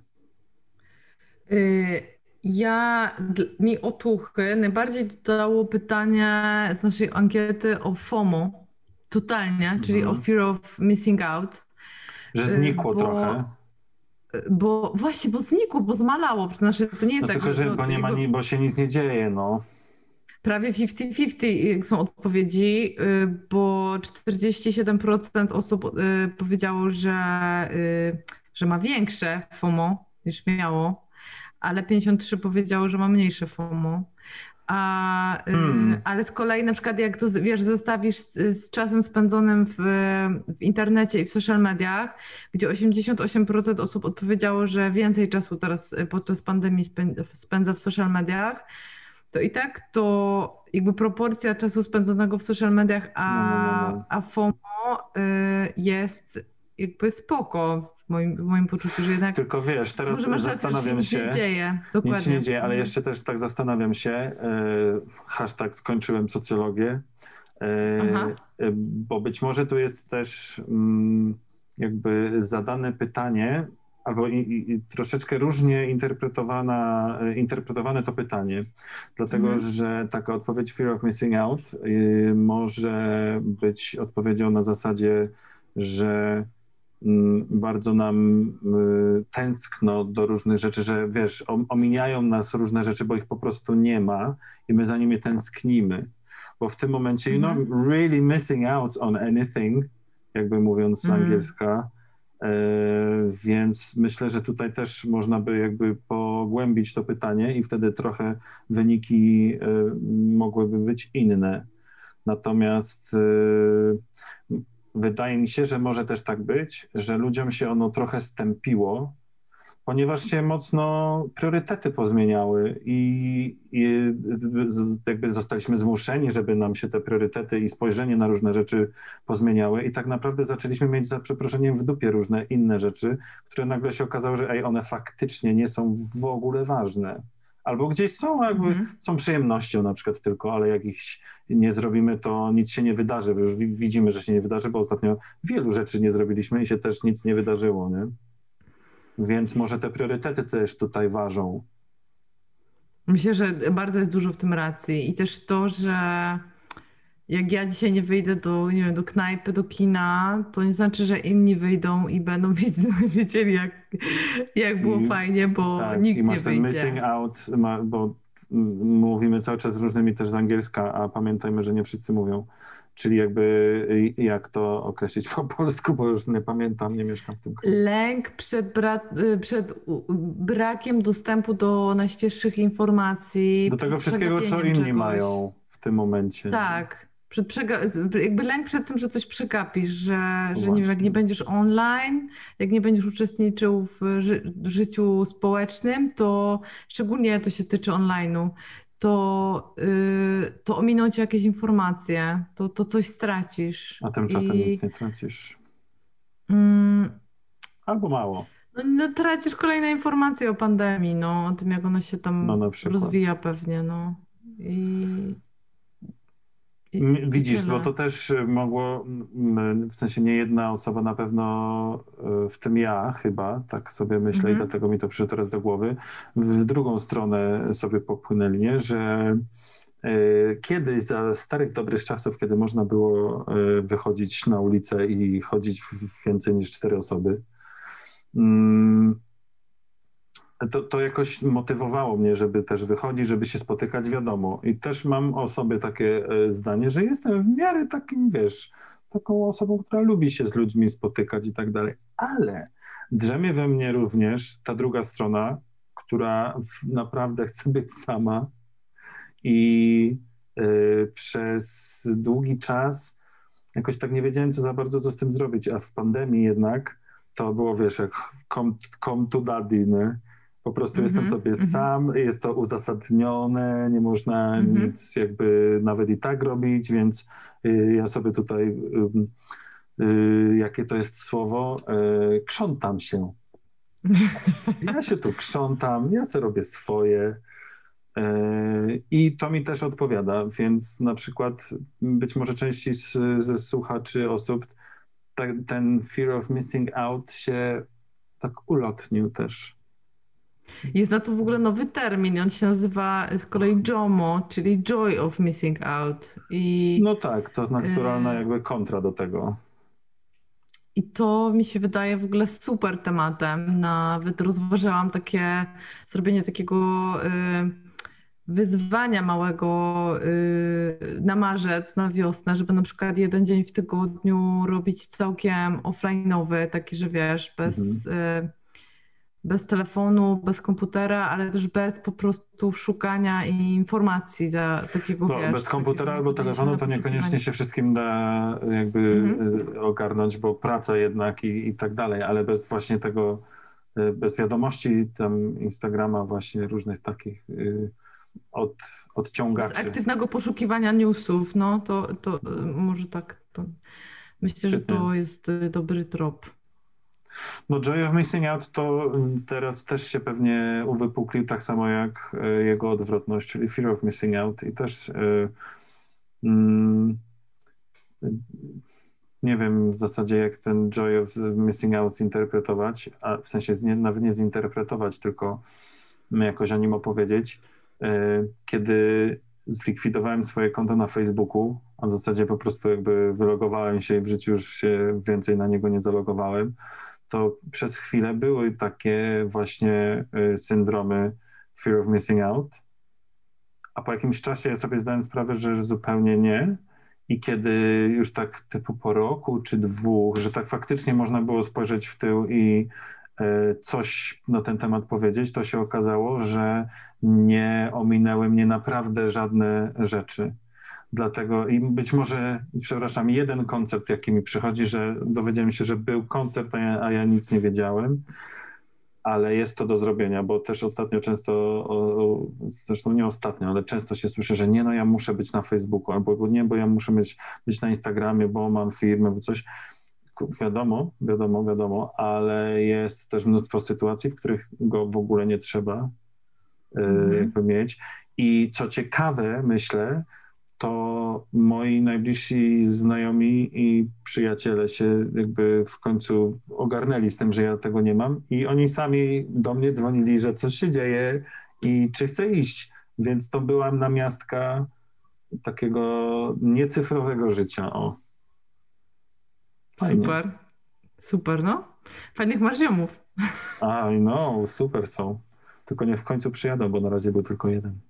Y- Ja, dl- mi otuchy najbardziej dodało pytanie z naszej ankiety o FOMO, totalnie, czyli Mhm. o fear of missing out. Że Y, znikło bo- trochę. Bo właśnie, bo znikło, bo zmalało. Znaczy, to nie jest No tak, tylko, że to bo, nie ma, jakby ni- bo się nic nie dzieje, no. prawie pięćdziesiąt pięćdziesiąt są odpowiedzi, y, bo czterdzieści siedem procent osób y, powiedziało, że, y, że ma większe FOMO niż miało, ale pięćdziesiąt trzy powiedziało, że ma mniejsze FOMO. A, y, Hmm. ale z kolei na przykład jak to wiesz, zestawisz z, z czasem spędzonym w, w internecie i w social mediach, gdzie osiemdziesiąt osiem procent osób odpowiedziało, że więcej czasu teraz y, podczas pandemii spę- spędza w social mediach, to i tak to jakby proporcja czasu spędzonego w social mediach, a, No, no, no, no. a FOMO y, jest jakby spoko w moim, w moim poczuciu, że jednak Tylko wiesz, teraz może masz rację, że zastanawiam nic się, nie dzieje. nic Dokładnie. się nie dzieje, ale jeszcze też tak zastanawiam się, e, hashtag skończyłem socjologię, e, Aha. e, bo być może tu jest też mm, jakby zadane pytanie, albo i, i, i troszeczkę różnie interpretowana, e, interpretowane to pytanie, dlatego Mhm. że taka odpowiedź fear of missing out y, może być odpowiedzią na zasadzie, że mm, bardzo nam y, tęskno do różnych rzeczy, że wiesz, om- ominiają nas różne rzeczy, bo ich po prostu nie ma i my za nimi tęsknimy. Bo w tym momencie, you Mhm. know, really missing out on anything, jakby mówiąc z Mhm. angielska. E, więc myślę, że tutaj też można by jakby pogłębić to pytanie i wtedy trochę wyniki e, mogłyby być inne. Natomiast e, wydaje mi się, że może też tak być, że ludziom się ono trochę stępiło, ponieważ się mocno priorytety pozmieniały i, i z- jakby zostaliśmy zmuszeni, żeby nam się te priorytety i spojrzenie na różne rzeczy pozmieniały i tak naprawdę zaczęliśmy mieć za przeproszeniem w dupie różne inne rzeczy, które nagle się okazało, że ej, one faktycznie nie są w ogóle ważne. Albo gdzieś są, jakby Mhm. są przyjemnością na przykład tylko, ale jak ich nie zrobimy, to nic się nie wydarzy, bo już wi- widzimy, że się nie wydarzy, bo ostatnio wielu rzeczy nie zrobiliśmy i się też nic nie wydarzyło, nie? Więc może te priorytety też tutaj ważą. Myślę, że bardzo jest dużo w tym racji. I też to, że jak ja dzisiaj nie wyjdę do, nie wiem, do knajpy, do kina, to nie znaczy, że inni wyjdą i będą wiedzieli, wiedzieli jak, jak było I- fajnie, bo Tak, nikt i masz nie ten wyjdzie. missing out, ma, bo mm, mówimy cały czas z różnymi też z angielska, a pamiętajmy, że nie wszyscy mówią. Czyli jakby y, jak to określić po polsku, bo już nie pamiętam, nie mieszkam w tym kraju. Lęk przed, bra- y, przed u- brakiem dostępu do najświeższych informacji. Do tego przed wszystkiego, co przegapieniem inni czegoś. mają w tym momencie. Tak. Przed przega- jakby lęk przed tym, że coś przegapisz, że, że nie wiem, jak Właśnie. nie będziesz online, jak nie będziesz uczestniczył w ży- życiu społecznym, to szczególnie to się tyczy online'u, to, yy, to ominą cię jakieś informacje, to, to coś stracisz. A tymczasem I, nic nie tracisz. mm, Albo mało. No, no tracisz kolejne informacje o pandemii, no, o tym, jak ona się tam No, na przykład. rozwija pewnie, no. I, i, M- i Widzisz, tyle. bo to też mogło, m, w sensie nie jedna osoba na pewno, y, w tym ja chyba, tak sobie myślę i Mhm. dlatego mi to przyszło teraz do głowy, w drugą stronę sobie popłynęli, nie? Że y, kiedyś za starych dobrych czasów, kiedy można było y, wychodzić na ulicę i chodzić w więcej niż cztery osoby, mm, to, to jakoś motywowało mnie, żeby też wychodzić, żeby się spotykać, wiadomo. I też mam o sobie takie e, zdanie, że jestem w miarę takim, wiesz, taką osobą, która lubi się z ludźmi spotykać i tak dalej. Ale drzemie we mnie również ta druga strona, która w- naprawdę chce być sama i e, przez długi czas jakoś tak nie wiedziałem, co za bardzo co z tym zrobić, a w pandemii jednak to było, wiesz, jak come, come to daddy, nie? Po prostu jestem Mhm, sobie mhm. sam, jest to uzasadnione, nie można Mhm. nic jakby nawet i tak robić, więc y, ja sobie tutaj, y, y, jakie to jest słowo, y, krzątam się. Ja się tu krzątam, ja sobie robię swoje. Yy, I to mi też odpowiada, więc na przykład być może części z, ze słuchaczy osób ta, ten fear of missing out się tak ulotnił też. Jest na to w ogóle nowy termin, on się nazywa z kolei JOMO, czyli Joy of Missing Out. I, No tak, to naturalna Yy. jakby kontra do tego. I to mi się wydaje w ogóle super tematem. Nawet rozważałam takie, zrobienie takiego y, wyzwania małego y, na marzec, na wiosnę, żeby na przykład jeden dzień w tygodniu robić całkiem offline'owy, taki, że wiesz, bez, y, bez telefonu, bez komputera, ale też bez po prostu szukania i informacji za takiego, Bo wiesz, bez komputera takiego albo nastawienia się telefonu na to niekoniecznie poszukiwanie. się wszystkim da jakby Mhm. y, ogarnąć, bo praca jednak i, i tak dalej, ale bez właśnie tego, y, bez wiadomości tam Instagrama, właśnie różnych takich y, od, Bez odciągaczy. aktywnego poszukiwania newsów, no to, to y, może tak, to myślę, że Świetnie. to jest y, dobry trop. No Joy of Missing Out to teraz też się pewnie uwypuklił tak samo jak e, jego odwrotność, czyli Fear of Missing Out i też e, mm, nie wiem w zasadzie jak ten Joy of Missing Out zinterpretować, a w sensie z, nie, nawet nie zinterpretować, tylko jakoś o nim opowiedzieć. E, kiedy zlikwidowałem swoje konto na Facebooku, a w zasadzie po prostu jakby wylogowałem się i w życiu już się więcej na niego nie zalogowałem, to przez chwilę były takie właśnie y, syndromy fear of missing out, a po jakimś czasie ja sobie zdałem sprawę, że zupełnie nie. I kiedy już tak typu po roku czy dwóch, że tak faktycznie można było spojrzeć w tył i y, coś na ten temat powiedzieć, to się okazało, że nie ominęły mnie naprawdę żadne rzeczy. Dlatego i być może, przepraszam, jeden koncept, jaki mi przychodzi, że dowiedziałem się, że był koncept, a ja, a ja nic nie wiedziałem, ale jest to do zrobienia, bo też ostatnio często, o, o, zresztą nie ostatnio, ale często się słyszy, że nie, no ja muszę być na Facebooku, albo bo nie, bo ja muszę być, być na Instagramie, bo mam firmę, bo coś. Wiadomo, wiadomo, wiadomo, ale jest też mnóstwo sytuacji, w których go w ogóle nie trzeba y, Mhm. jakby mieć. I co ciekawe, myślę, to moi najbliżsi znajomi i przyjaciele się jakby w końcu ogarnęli z tym, że ja tego nie mam i oni sami do mnie dzwonili, że coś się dzieje i czy chcę iść. Więc to była namiastka takiego niecyfrowego życia. O. Fajnie. Super, super, no. Fajnych masz ziomów. I know, super są. Tylko nie w końcu przyjadą, bo na razie był tylko jeden.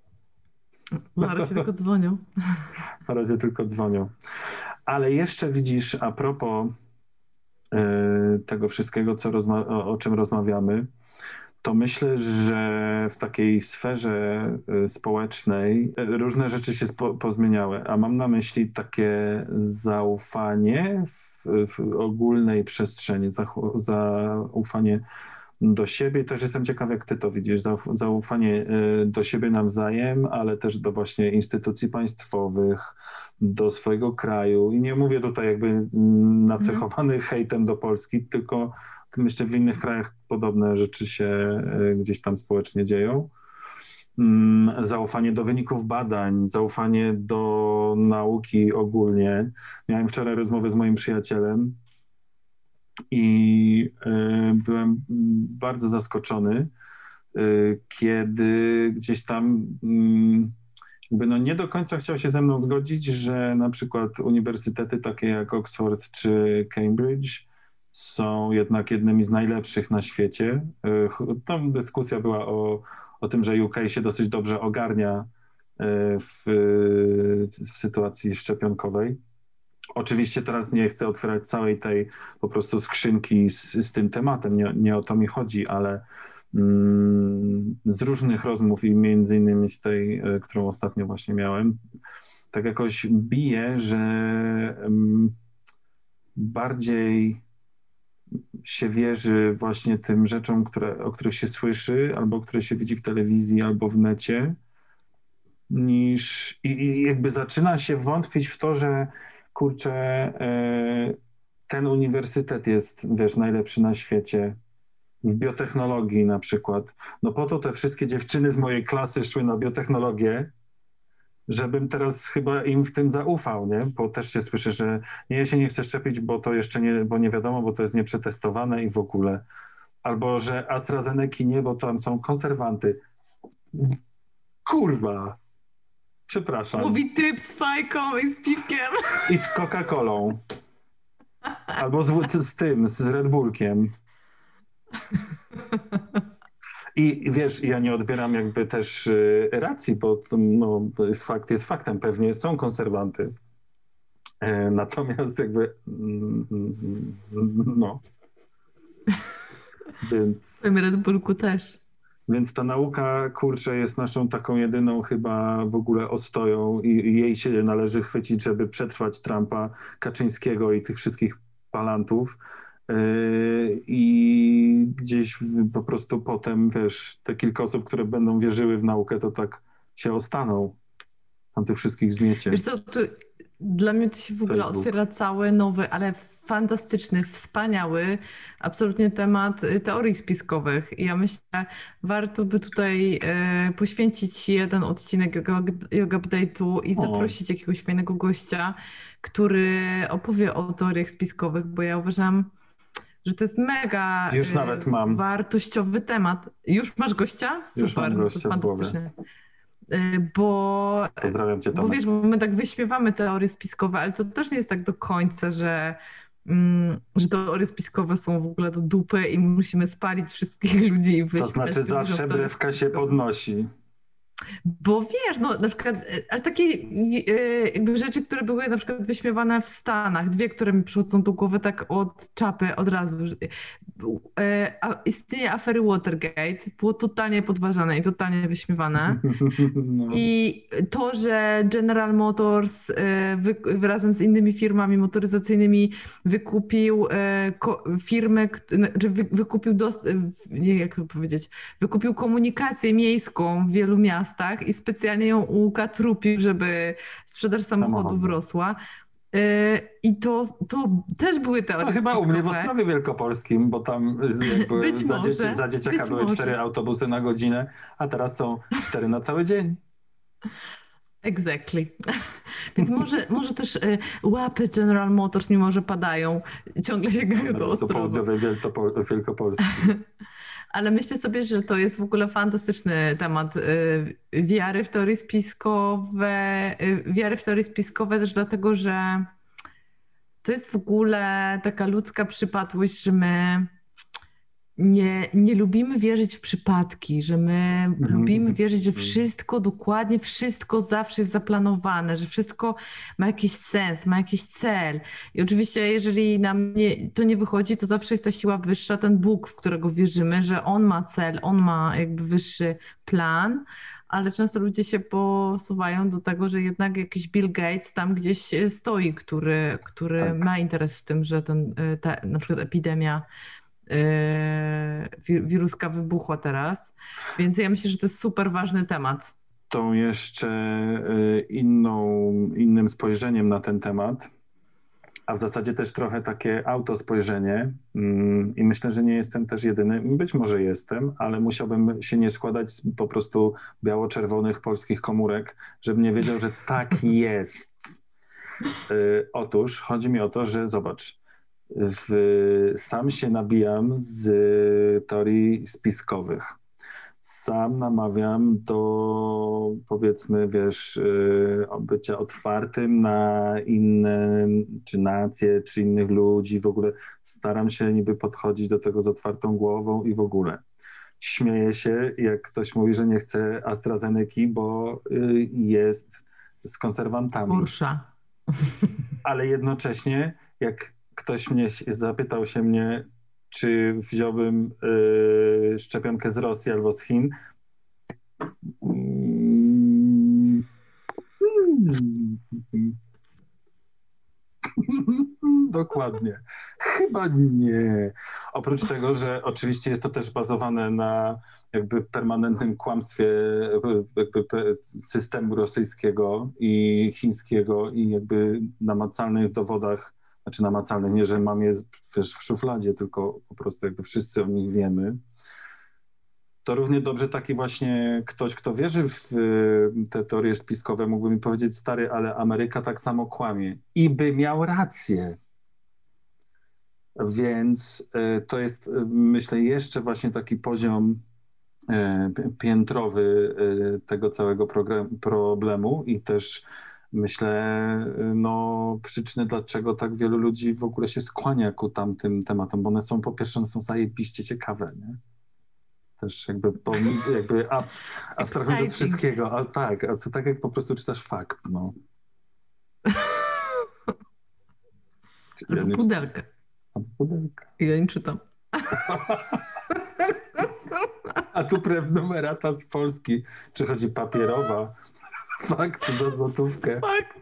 Na razie tylko dzwonią. Na razie tylko dzwonią. Ale jeszcze widzisz, a propos y, tego wszystkiego, co rozma- o, o czym rozmawiamy, to myślę, że w takiej sferze y, społecznej y, różne rzeczy się spo- pozmieniały, a mam na myśli takie zaufanie w, w ogólnej przestrzeni, zachu- zaufanie do siebie. Też jestem ciekaw, jak ty to widzisz, Zauf- zaufanie y, do siebie nawzajem, ale też do właśnie instytucji państwowych, do swojego kraju. I nie mówię tutaj jakby nacechowany mm. hejtem do Polski, tylko myślę, w innych krajach podobne rzeczy się gdzieś tam społecznie dzieją. Zaufanie do wyników badań, zaufanie do nauki ogólnie. Miałem wczoraj rozmowę z moim przyjacielem i byłem bardzo zaskoczony, kiedy gdzieś tam jakby no nie do końca chciał się ze mną zgodzić, że na przykład uniwersytety takie jak Oxford czy Cambridge są jednak jednymi z najlepszych na świecie. Tam dyskusja była o, o tym, że U K się dosyć dobrze ogarnia w, w sytuacji szczepionkowej. Oczywiście teraz nie chcę otwierać całej tej po prostu skrzynki z, z tym tematem, nie, nie o to mi chodzi, ale mm, z różnych rozmów i między innymi z tej, którą ostatnio właśnie miałem, tak jakoś bije, że mm, bardziej się wierzy właśnie tym rzeczom, które, o których się słyszy, albo które się widzi w telewizji, albo w necie, niż i, i jakby zaczyna się wątpić w to, że kurczę, e, ten uniwersytet jest, wiesz, najlepszy na świecie w biotechnologii na przykład. No po to te wszystkie dziewczyny z mojej klasy szły na biotechnologię, żebym teraz chyba im w tym zaufał, nie? Bo też się słyszy, że nie, ja się nie chcę szczepić, bo to jeszcze nie, bo nie wiadomo, bo to jest nieprzetestowane i w ogóle. Albo, że AstraZeneki nie, bo tam są konserwanty. Kurwa! Przepraszam. Mówi typ z fajką i z piwkiem. I z Coca-Colą. Albo z, z tym, z Red Bullkiem. I wiesz, ja nie odbieram jakby też y, racji, bo no, fakt jest faktem, pewnie są konserwanty. E, natomiast jakby mm, no. Więc... W Red Bullku też. Więc ta nauka, kurczę, jest naszą taką jedyną chyba w ogóle ostoją i, i jej się należy chwycić, żeby przetrwać Trumpa, Kaczyńskiego i tych wszystkich palantów. Yy, I gdzieś w, po prostu potem, wiesz, te kilka osób, które będą wierzyły w naukę, to tak się ostaną. Tam tych wszystkich zmiecie. Wiesz co, tu, dla mnie to się w ogóle Facebook. otwiera cały nowy, ale fantastyczny, wspaniały, absolutnie temat teorii spiskowych. I ja myślę, warto by tutaj e, poświęcić jeden odcinek Yoga, Yoga Update'u i O. zaprosić jakiegoś fajnego gościa, który opowie o teoriach spiskowych, bo ja uważam, że to jest mega Już e, nawet mam. wartościowy temat. Już masz gościa? Super, Już mam gościa to w głowie. fantastycznie. Bo, Pozdrawiam cię, bo Tomek. wiesz, bo my tak wyśmiewamy teorie spiskowe, ale to też nie jest tak do końca, że, mm, że teorie spiskowe są w ogóle do dupy i musimy spalić wszystkich ludzi. I To wyśmiać znaczy tych zawsze ludziom brewka teorii się spiskowych. podnosi. Bo wiesz, no na przykład, ale takie e, jakby rzeczy, które były na przykład wyśmiewane w Stanach, dwie, które mi przychodzą do głowy tak od czapy, od razu. E, a, istnienie afery Watergate było totalnie podważane i totalnie wyśmiewane. No. I to, że General Motors e, wy, razem z innymi firmami motoryzacyjnymi wykupił e, ko, firmę, k- znaczy wy, wykupił, dost, nie jak to powiedzieć, wykupił komunikację miejską w wielu miastach i specjalnie ją ukatrupił, żeby sprzedaż samochodów Samochody. rosła. E, I to, to też były teorie To chyba u mnie w spiskowe. Ostrowie Wielkopolskim, bo tam jakby Być za, może, dzieci, za dzieciaka być były może. cztery autobusy na godzinę, a teraz są cztery na cały dzień. Exactly. Więc może, może też y, łapy General Motors, mimo że padają, ciągle sięgają do Do Ostrowa. południowej Wieltopo- Wielkopolski. Ale myślę sobie, że to jest w ogóle fantastyczny temat y, wiary w teorie spiskowe, y, wiary w teorie spiskowe też dlatego, że to jest w ogóle taka ludzka przypadłość, że my nie, nie lubimy wierzyć w przypadki, że my lubimy wierzyć, że wszystko, dokładnie wszystko zawsze jest zaplanowane, że wszystko ma jakiś sens, ma jakiś cel. I oczywiście, jeżeli nam nie, to nie wychodzi, to zawsze jest ta siła wyższa, ten Bóg, w którego wierzymy, że On ma cel, On ma jakby wyższy plan, ale często ludzie się posuwają do tego, że jednak jakiś Bill Gates tam gdzieś stoi, który, który Tak. ma interes w tym, że ten, ta, na przykład epidemia Yy, wiruska wybuchła teraz, więc ja myślę, że to jest super ważny temat. tą jeszcze y, inną, innym spojrzeniem na ten temat, a w zasadzie też trochę takie autospojrzenie mm, i myślę, że nie jestem też jedyny, być może jestem, ale musiałbym się nie składać z po prostu biało-czerwonych polskich komórek, żebym nie wiedział, że tak jest. Y, otóż chodzi mi o to, że zobacz, w, sam się nabijam z teorii spiskowych. Sam namawiam do, powiedzmy, wiesz, bycia otwartym na inne, czy nacje, czy innych ludzi. W ogóle staram się niby podchodzić do tego z otwartą głową i w ogóle. Śmieję się, jak ktoś mówi, że nie chce AstraZeneki, bo jest z konserwantami. Gorsza. Ale jednocześnie, jak ktoś mnie zapytał się mnie, czy wziąłbym y, szczepionkę z Rosji albo z Chin? Mm. Dokładnie. Chyba nie. Oprócz tego, że oczywiście jest to też bazowane na jakby permanentnym kłamstwie jakby systemu rosyjskiego i chińskiego i jakby namacalnych dowodach, znaczy namacalnych, nie, że mam je wiesz, w szufladzie, tylko po prostu jakby wszyscy o nich wiemy, to równie dobrze taki właśnie ktoś, kto wierzy w te teorie spiskowe, mógłby mi powiedzieć, stary, ale Ameryka tak samo kłamie. I by miał rację. Więc to jest, myślę, jeszcze właśnie taki poziom piętrowy tego całego problemu i też myślę, no przyczyny, dlaczego tak wielu ludzi w ogóle się skłania ku tamtym tematom, bo one są, po pierwsze, one są zajebiście ciekawe, nie? Też jakby, po, jakby ab, abstrahując od wszystkiego, a tak, a to tak jak po prostu czytasz fakt, no. Albo ja pudelkę. Albo pudelkę. Ja nie czytam. A tu prenumerata z Polski. Przychodzi papierowa. Fakt za złotówkę. Fakt.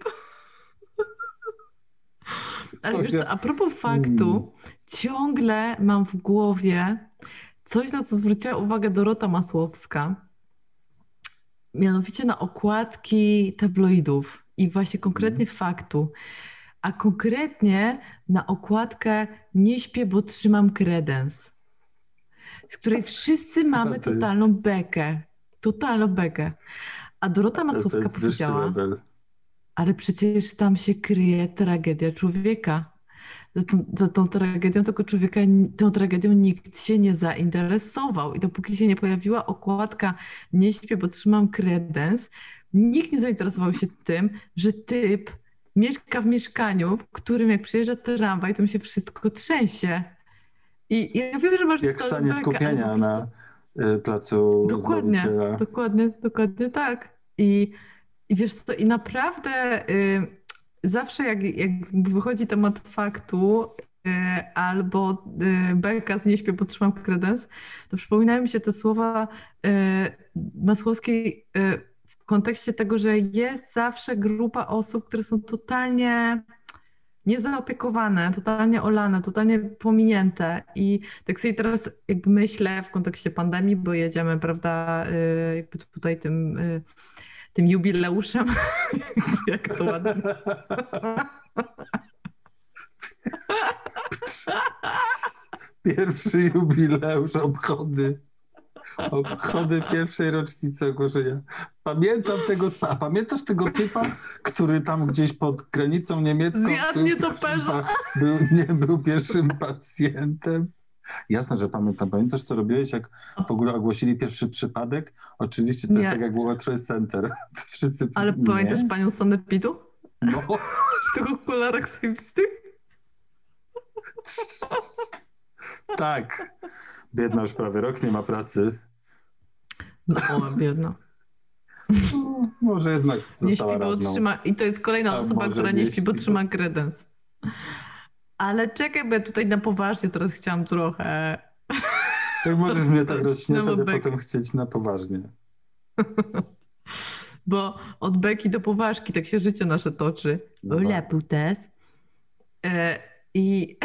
Ale wiesz co, a propos faktu, hmm. ciągle mam w głowie coś, na co zwróciła uwagę Dorota Masłowska. Mianowicie na okładki tabloidów i właśnie konkretnie hmm. faktu. A konkretnie na okładkę Nie śpię, bo trzymam kredens. Z której wszyscy mamy totalną bekę. Totalną bekę. A Dorota Masłowska powiedziała, ale przecież tam się kryje tragedia człowieka. Za tą, za tą tragedią tego człowieka, tą tragedią nikt się nie zainteresował. I dopóki się nie pojawiła okładka Nie śpię, bo trzymam kredens, nikt nie zainteresował się tym, że typ mieszka w mieszkaniu, w którym jak przyjeżdża tramwaj, to mi się wszystko trzęsie. I ja wiem, że masz... Jak w stanie skupienia prostu... na y, placu dokładnie, Zbawiciela. Dokładnie, dokładnie tak. I, i wiesz co, i naprawdę y, zawsze jak, jak wychodzi temat faktu y, albo y, beka z Nie śpię, bo trzymam kredens, to przypominają mi się te słowa y, Masłowskiej y, w kontekście tego, że jest zawsze grupa osób, które są totalnie niezaopiekowane, totalnie olane, totalnie pominięte. I tak sobie teraz jakby myślę w kontekście pandemii, bo jedziemy, prawda, jakby tutaj tym, tym jubileuszem. Jak to ładnie. Pierwszy jubileusz, obchody. Obchody pierwszej rocznicy ogłoszenia. Pamiętam tego, a pamiętasz tego typa, który tam gdzieś pod granicą niemiecką Zjadł nietoperza. Był, nie był pierwszym pacjentem? Jasne, że pamiętam. Pamiętasz, co robiłeś, jak w ogóle ogłosili pierwszy przypadek? Oczywiście to nie. Jest tak, jak było World Trade Center. Wszyscy... Ale nie. Pamiętasz panią Sanepidu? No. W tych okularach zajebistych? Tak. Biedna już prawie rok nie ma pracy. No, o, biedna. No, może jednak została nie śpi, bo trzyma... I to jest kolejna A osoba, która nie śpi, bo trzyma kredens. Ale czekaj, bo ja tutaj na poważnie teraz chciałam trochę... Tak możesz mnie tak rozśmieszać, a potem chcieć na poważnie. Bo od beki do poważki tak się życie nasze toczy. No Ola putes. E, I...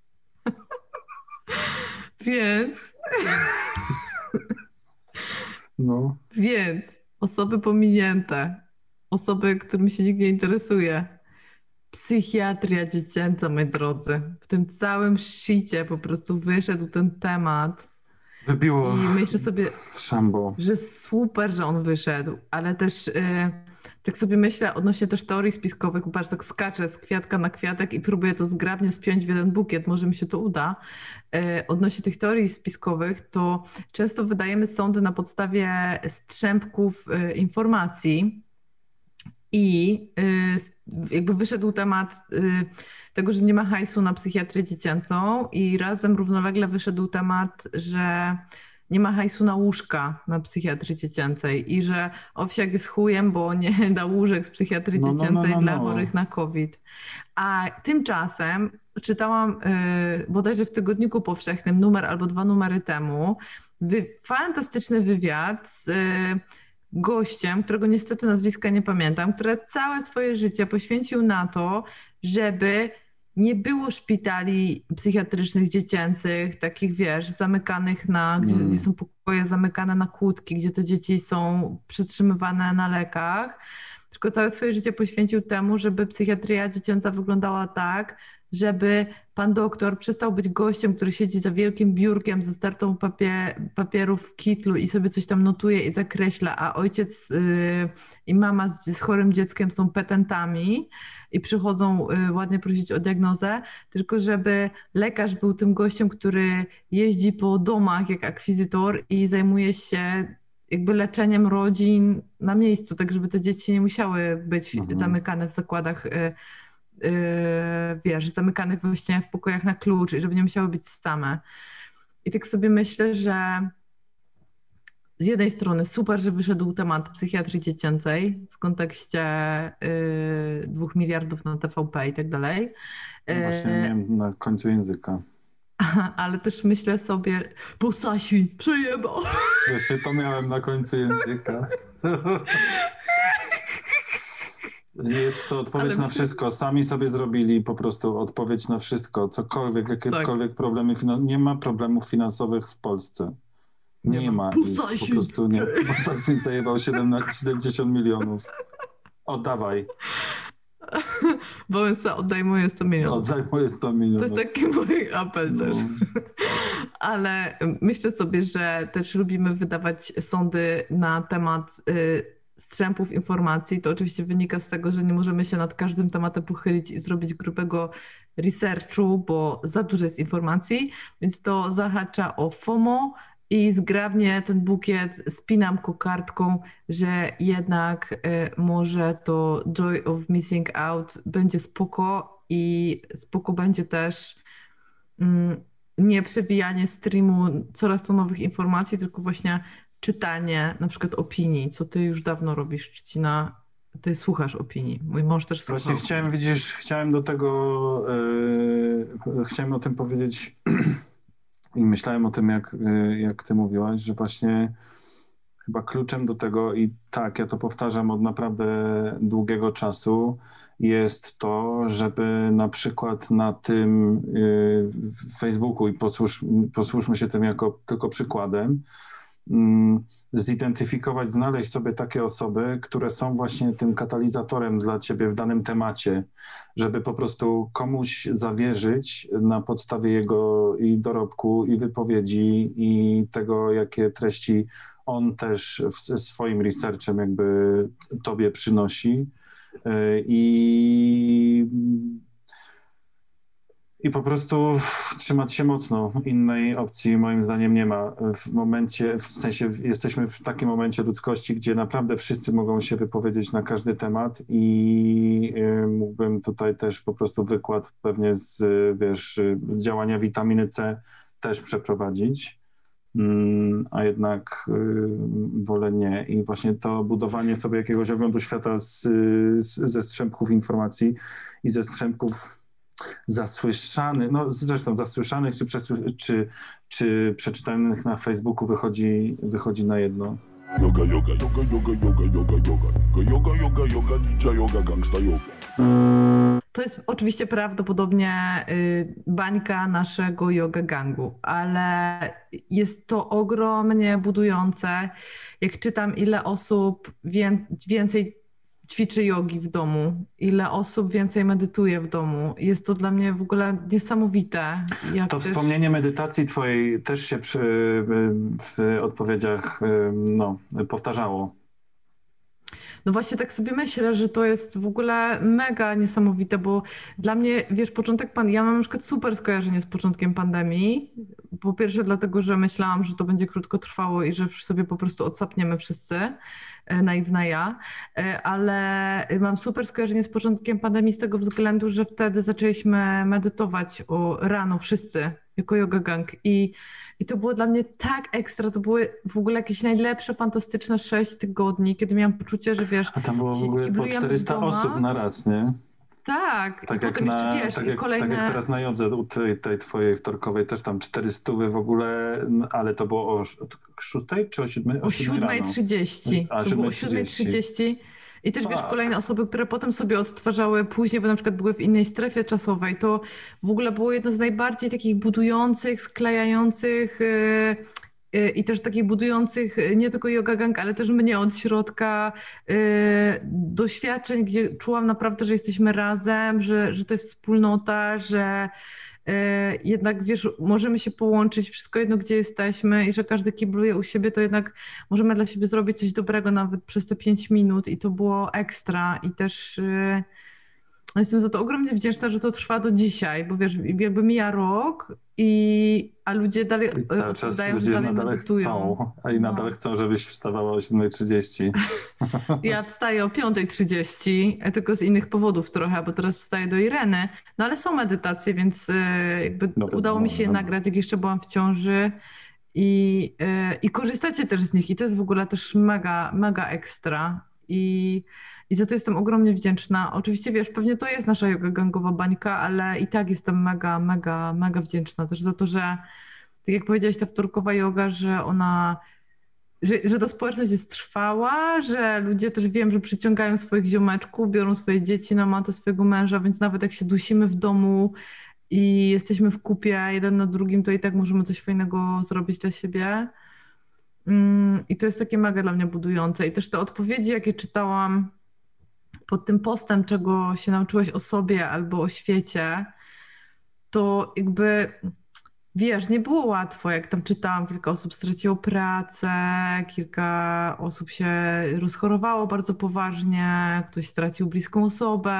Więc... No. Więc osoby pominięte, osoby, którymi się nikt nie interesuje, psychiatria dziecięca, moi drodzy. W tym całym shicie po prostu wyszedł ten temat. Wybiło I myślę sobie, szambo. że super, że on wyszedł, ale też yy, tak sobie myślę odnośnie też teorii spiskowych, bo patrz, tak skaczę z kwiatka na kwiatek i próbuję to zgrabnie spiąć w jeden bukiet, może mi się to uda. Yy, odnośnie tych teorii spiskowych, to często wydajemy sądy na podstawie strzępków yy, informacji i yy, jakby wyszedł temat yy, tego, że nie ma hajsu na psychiatrię dziecięcą i razem równolegle wyszedł temat, że nie ma hajsu na łóżka na psychiatrii dziecięcej i że Owsiak jest chujem, bo nie da łóżek z psychiatrii No, no, no, dziecięcej no, dla no. chorych na COVID. A tymczasem czytałam yy, bodajże w Tygodniku Powszechnym numer albo dwa numery temu wy, fantastyczny wywiad z yy, gościem, którego niestety nazwiska nie pamiętam, który całe swoje życie poświęcił na to, żeby nie było szpitali psychiatrycznych dziecięcych, takich wiesz, zamykanych na, gdzie, Mm. gdzie są pokoje zamykane na kłódki, gdzie te dzieci są przetrzymywane na lekach, tylko całe swoje życie poświęcił temu, żeby psychiatria dziecięca wyglądała tak, żeby pan doktor przestał być gościem, który siedzi za wielkim biurkiem ze stertą papie- papierów w kitlu i sobie coś tam notuje i zakreśla, a ojciec yy, i mama z, z chorym dzieckiem są petentami i przychodzą y, ładnie prosić o diagnozę, tylko żeby lekarz był tym gościem, który jeździ po domach jak akwizytor i zajmuje się jakby leczeniem rodzin na miejscu, tak żeby te dzieci nie musiały być Mhm. zamykane w zakładach, y, y, wiesz, zamykanych właśnie w pokojach na klucz i żeby nie musiały być same. I tak sobie myślę, że z jednej strony super, że wyszedł temat psychiatrii dziecięcej w kontekście y, dwóch miliardów na T V P i tak dalej. No właśnie Y, miałem na końcu języka. ale też myślę sobie, bo Sasin przejebał. Właśnie to miałem na końcu języka. Jest to odpowiedź Ale na wszystko. Sami sobie zrobili po prostu odpowiedź na wszystko. Cokolwiek, jakiekolwiek Tak. problemy. Finan- nie ma problemów finansowych w Polsce. Nie, Nie ma. ma. Ich, po Sasin. prostu nie. Bo Sasin zajebał siedemnaście, siedemdziesiąt milionów. Oddawaj. Wałęsa, oddaj moje sto milionów. Oddaj moje sto milionów. To jest taki mój apel też. No. Ale myślę sobie, że też lubimy wydawać sądy na temat y, strzępów informacji. To oczywiście wynika z tego, że nie możemy się nad każdym tematem pochylić i zrobić grubego researchu, bo za dużo jest informacji, więc to zahacza o FOMO i zgrabnie ten bukiet spinam kokardką, że jednak y, może to Joy of Missing Out będzie spoko i spoko będzie też mm, nie przewijanie streamu coraz to nowych informacji, tylko właśnie czytanie na przykład opinii, co ty już dawno robisz, Trzcina. Ty słuchasz opinii. Mój mąż też słucha. Właśnie chciałem, widzisz, chciałem do tego, yy, chciałem o tym powiedzieć i myślałem o tym, jak, yy, jak ty mówiłaś, że właśnie chyba kluczem do tego, i tak, ja to powtarzam od naprawdę długiego czasu, jest to, żeby na przykład na tym yy, Facebooku, i posłuż, posłużmy się tym jako tylko przykładem, zidentyfikować, znaleźć sobie takie osoby, które są właśnie tym katalizatorem dla ciebie w danym temacie, żeby po prostu komuś zawierzyć na podstawie jego i dorobku, i wypowiedzi, i tego, jakie treści on też w, swoim researchem jakby tobie przynosi. I I po prostu trzymać się mocno. Innej opcji moim zdaniem nie ma. W momencie, w sensie jesteśmy w takim momencie ludzkości, gdzie naprawdę wszyscy mogą się wypowiedzieć na każdy temat i y, mógłbym tutaj też po prostu wykład pewnie z, wiesz, działania witaminy C też przeprowadzić. Mm, a jednak y, wolę nie. I właśnie to budowanie sobie jakiegoś oglądu świata z, z, ze strzępków informacji i ze strzępków zasłyszanych, no zresztą zasłyszanych czy, przesły, czy, czy przeczytanych na Facebooku wychodzi, wychodzi na jedno. Yoga, yoga, yoga, yoga, yoga, yoga, yoga. Yoga, yoga, yoga, ninja yoga, gangsta yoga. To jest oczywiście prawdopodobnie y, bańka naszego yoga gangu, ale jest to ogromnie budujące. Jak czytam, ile osób wię, więcej ćwiczy jogi w domu, ile osób więcej medytuje w domu. Jest to dla mnie w ogóle niesamowite. Jak to też... wspomnienie medytacji twojej też się przy, w odpowiedziach no, powtarzało. No właśnie tak sobie myślę, że to jest w ogóle mega niesamowite, bo dla mnie, wiesz, początek pan, ja mam na przykład super skojarzenie z początkiem pandemii. Po pierwsze dlatego, że myślałam, że to będzie krótko trwało i że sobie po prostu odsapniemy wszyscy, naiwna ja, ale mam super skojarzenie z początkiem pandemii z tego względu, że wtedy zaczęliśmy medytować o rano wszyscy jako yoga gang i I to było dla mnie tak ekstra, to były w ogóle jakieś najlepsze, fantastyczne sześć tygodni, kiedy miałam poczucie, że wiesz... A tam było w ogóle po czterysta osób na raz, nie? Tak. Tak jak, na, wiesz, tak, jak, kolejne... tak jak teraz na jodze, u tej, tej twojej wtorkowej też tam czterystówy w ogóle, ale to było o szóstej czy o siódmej? O siódmej trzydzieści. A, to było o siódmej trzydzieści. I też wiesz, kolejne osoby, które potem sobie odtwarzały później, bo na przykład były w innej strefie czasowej, to w ogóle było jedno z najbardziej takich budujących, sklejających yy, yy, i też takich budujących nie tylko yoga gang, ale też mnie od środka yy, doświadczeń, gdzie czułam naprawdę, że jesteśmy razem, że, że to jest wspólnota, że jednak, wiesz, możemy się połączyć, wszystko jedno, gdzie jesteśmy i że każdy kibluje u siebie, to jednak możemy dla siebie zrobić coś dobrego nawet przez te pięć minut i to było ekstra i też no jestem za to ogromnie wdzięczna, że to trwa do dzisiaj, bo wiesz, jakby mija rok i a ludzie dalej I cały czas dają, ludzie dalej nadal medytują. chcą, a i nadal no. chcą, żebyś wstawała o siódmej trzydzieści. Ja wstaję o piątej trzydzieści, tylko z innych powodów trochę, bo teraz wstaję do Ireny, no ale są medytacje, więc jakby no, udało mi się je nagrać, jak jeszcze byłam w ciąży i, i korzystacie też z nich i to jest w ogóle też mega, mega ekstra i I za to jestem ogromnie wdzięczna. Oczywiście, wiesz, pewnie to jest nasza yoga gangowa bańka, ale i tak jestem mega, mega, mega wdzięczna też za to, że tak jak powiedziałaś, ta wtorkowa yoga, że ona, że, że ta społeczność jest trwała, że ludzie też wiem, że przyciągają swoich ziomeczków, biorą swoje dzieci na matę swojego męża, więc nawet jak się dusimy w domu i jesteśmy w kupie jeden na drugim, to i tak możemy coś fajnego zrobić dla siebie. I to jest takie mega dla mnie budujące. I też te odpowiedzi, jakie czytałam pod tym postem, czego się nauczyłeś o sobie albo o świecie, to jakby, wiesz, nie było łatwo, jak tam czytałam, kilka osób straciło pracę, kilka osób się rozchorowało bardzo poważnie, ktoś stracił bliską osobę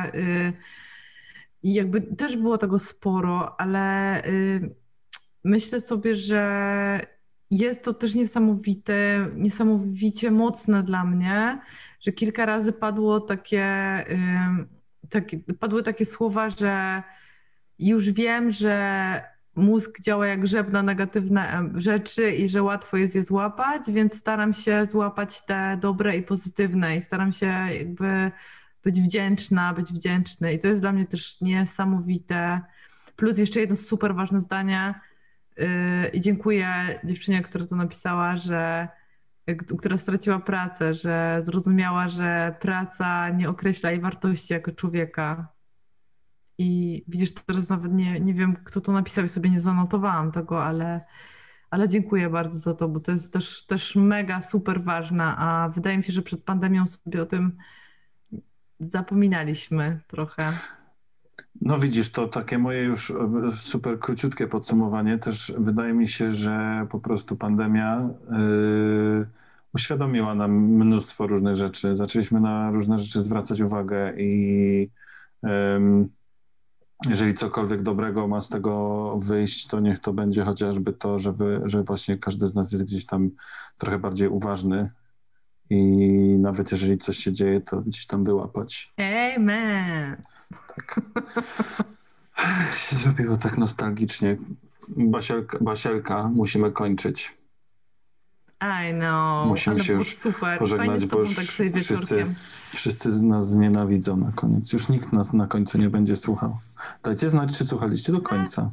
i jakby też było tego sporo, ale myślę sobie, że jest to też niesamowite, niesamowicie mocne dla mnie, że kilka razy padło takie, takie, padły takie słowa, że już wiem, że mózg działa jak grzeb na negatywne rzeczy i że łatwo jest je złapać, więc staram się złapać te dobre i pozytywne i staram się jakby być wdzięczna, być wdzięczny i to jest dla mnie też niesamowite. Plus jeszcze jedno super ważne zdanie i dziękuję dziewczynie, która to napisała, że która straciła pracę, że zrozumiała, że praca nie określa jej wartości jako człowieka. I widzisz, teraz nawet nie, nie wiem, kto to napisał i sobie nie zanotowałam tego, ale, ale dziękuję bardzo za to, bo to jest też, też mega super ważne, a wydaje mi się, że przed pandemią sobie o tym zapominaliśmy trochę. No widzisz, to takie moje już super króciutkie podsumowanie. Też wydaje mi się, że po prostu pandemia yy, uświadomiła nam mnóstwo różnych rzeczy. Zaczęliśmy na różne rzeczy zwracać uwagę i yy, jeżeli cokolwiek dobrego ma z tego wyjść, to niech to będzie chociażby to, żeby, że właśnie każdy z nas jest gdzieś tam trochę bardziej uważny i nawet jeżeli coś się dzieje, to gdzieś tam wyłapać. Amen. Tak. Się zrobiło tak nostalgicznie. Basielka, Basielka, musimy kończyć. I know, Musimy ale się było już super. Fajnie pożegnać, z bo tobą już tak sobie wszyscy, wieczorkiem. wszyscy nas znienawidzą na koniec. Już nikt nas na końcu nie będzie słuchał. Dajcie znać, czy słuchaliście do końca.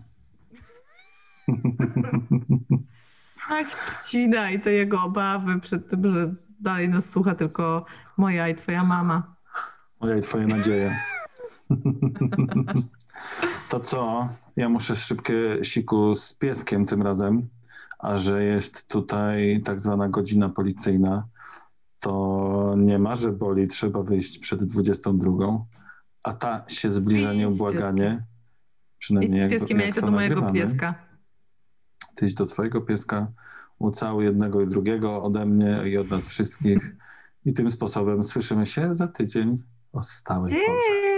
Ach, trzcina i te jego obawy przed tym, że dalej nas słucha tylko moja i twoja mama. Moja i twoje nadzieje. To co? Ja muszę szybkie siku z pieskiem tym razem, a że jest tutaj tak zwana godzina policyjna, to nie ma, że boli, trzeba wyjść przed dwudziestą drugą, a ta się zbliża Idź z nieubłaganie. I Przynajmniej z jak, pieskiem ja jak idę to do mojego nagrywamy. pieska. Ty idź do swojego pieska, ucałuj jednego i drugiego ode mnie i od nas wszystkich. I tym sposobem słyszymy się za tydzień o stałej porze.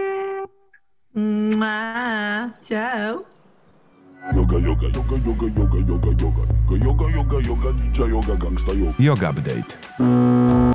Mua, ciao. Yoga, yoga, yoga, yoga, yoga, yoga, yoga. Yoga, yoga, yoga, ninja yoga, gangsta yoga. Yoga Update.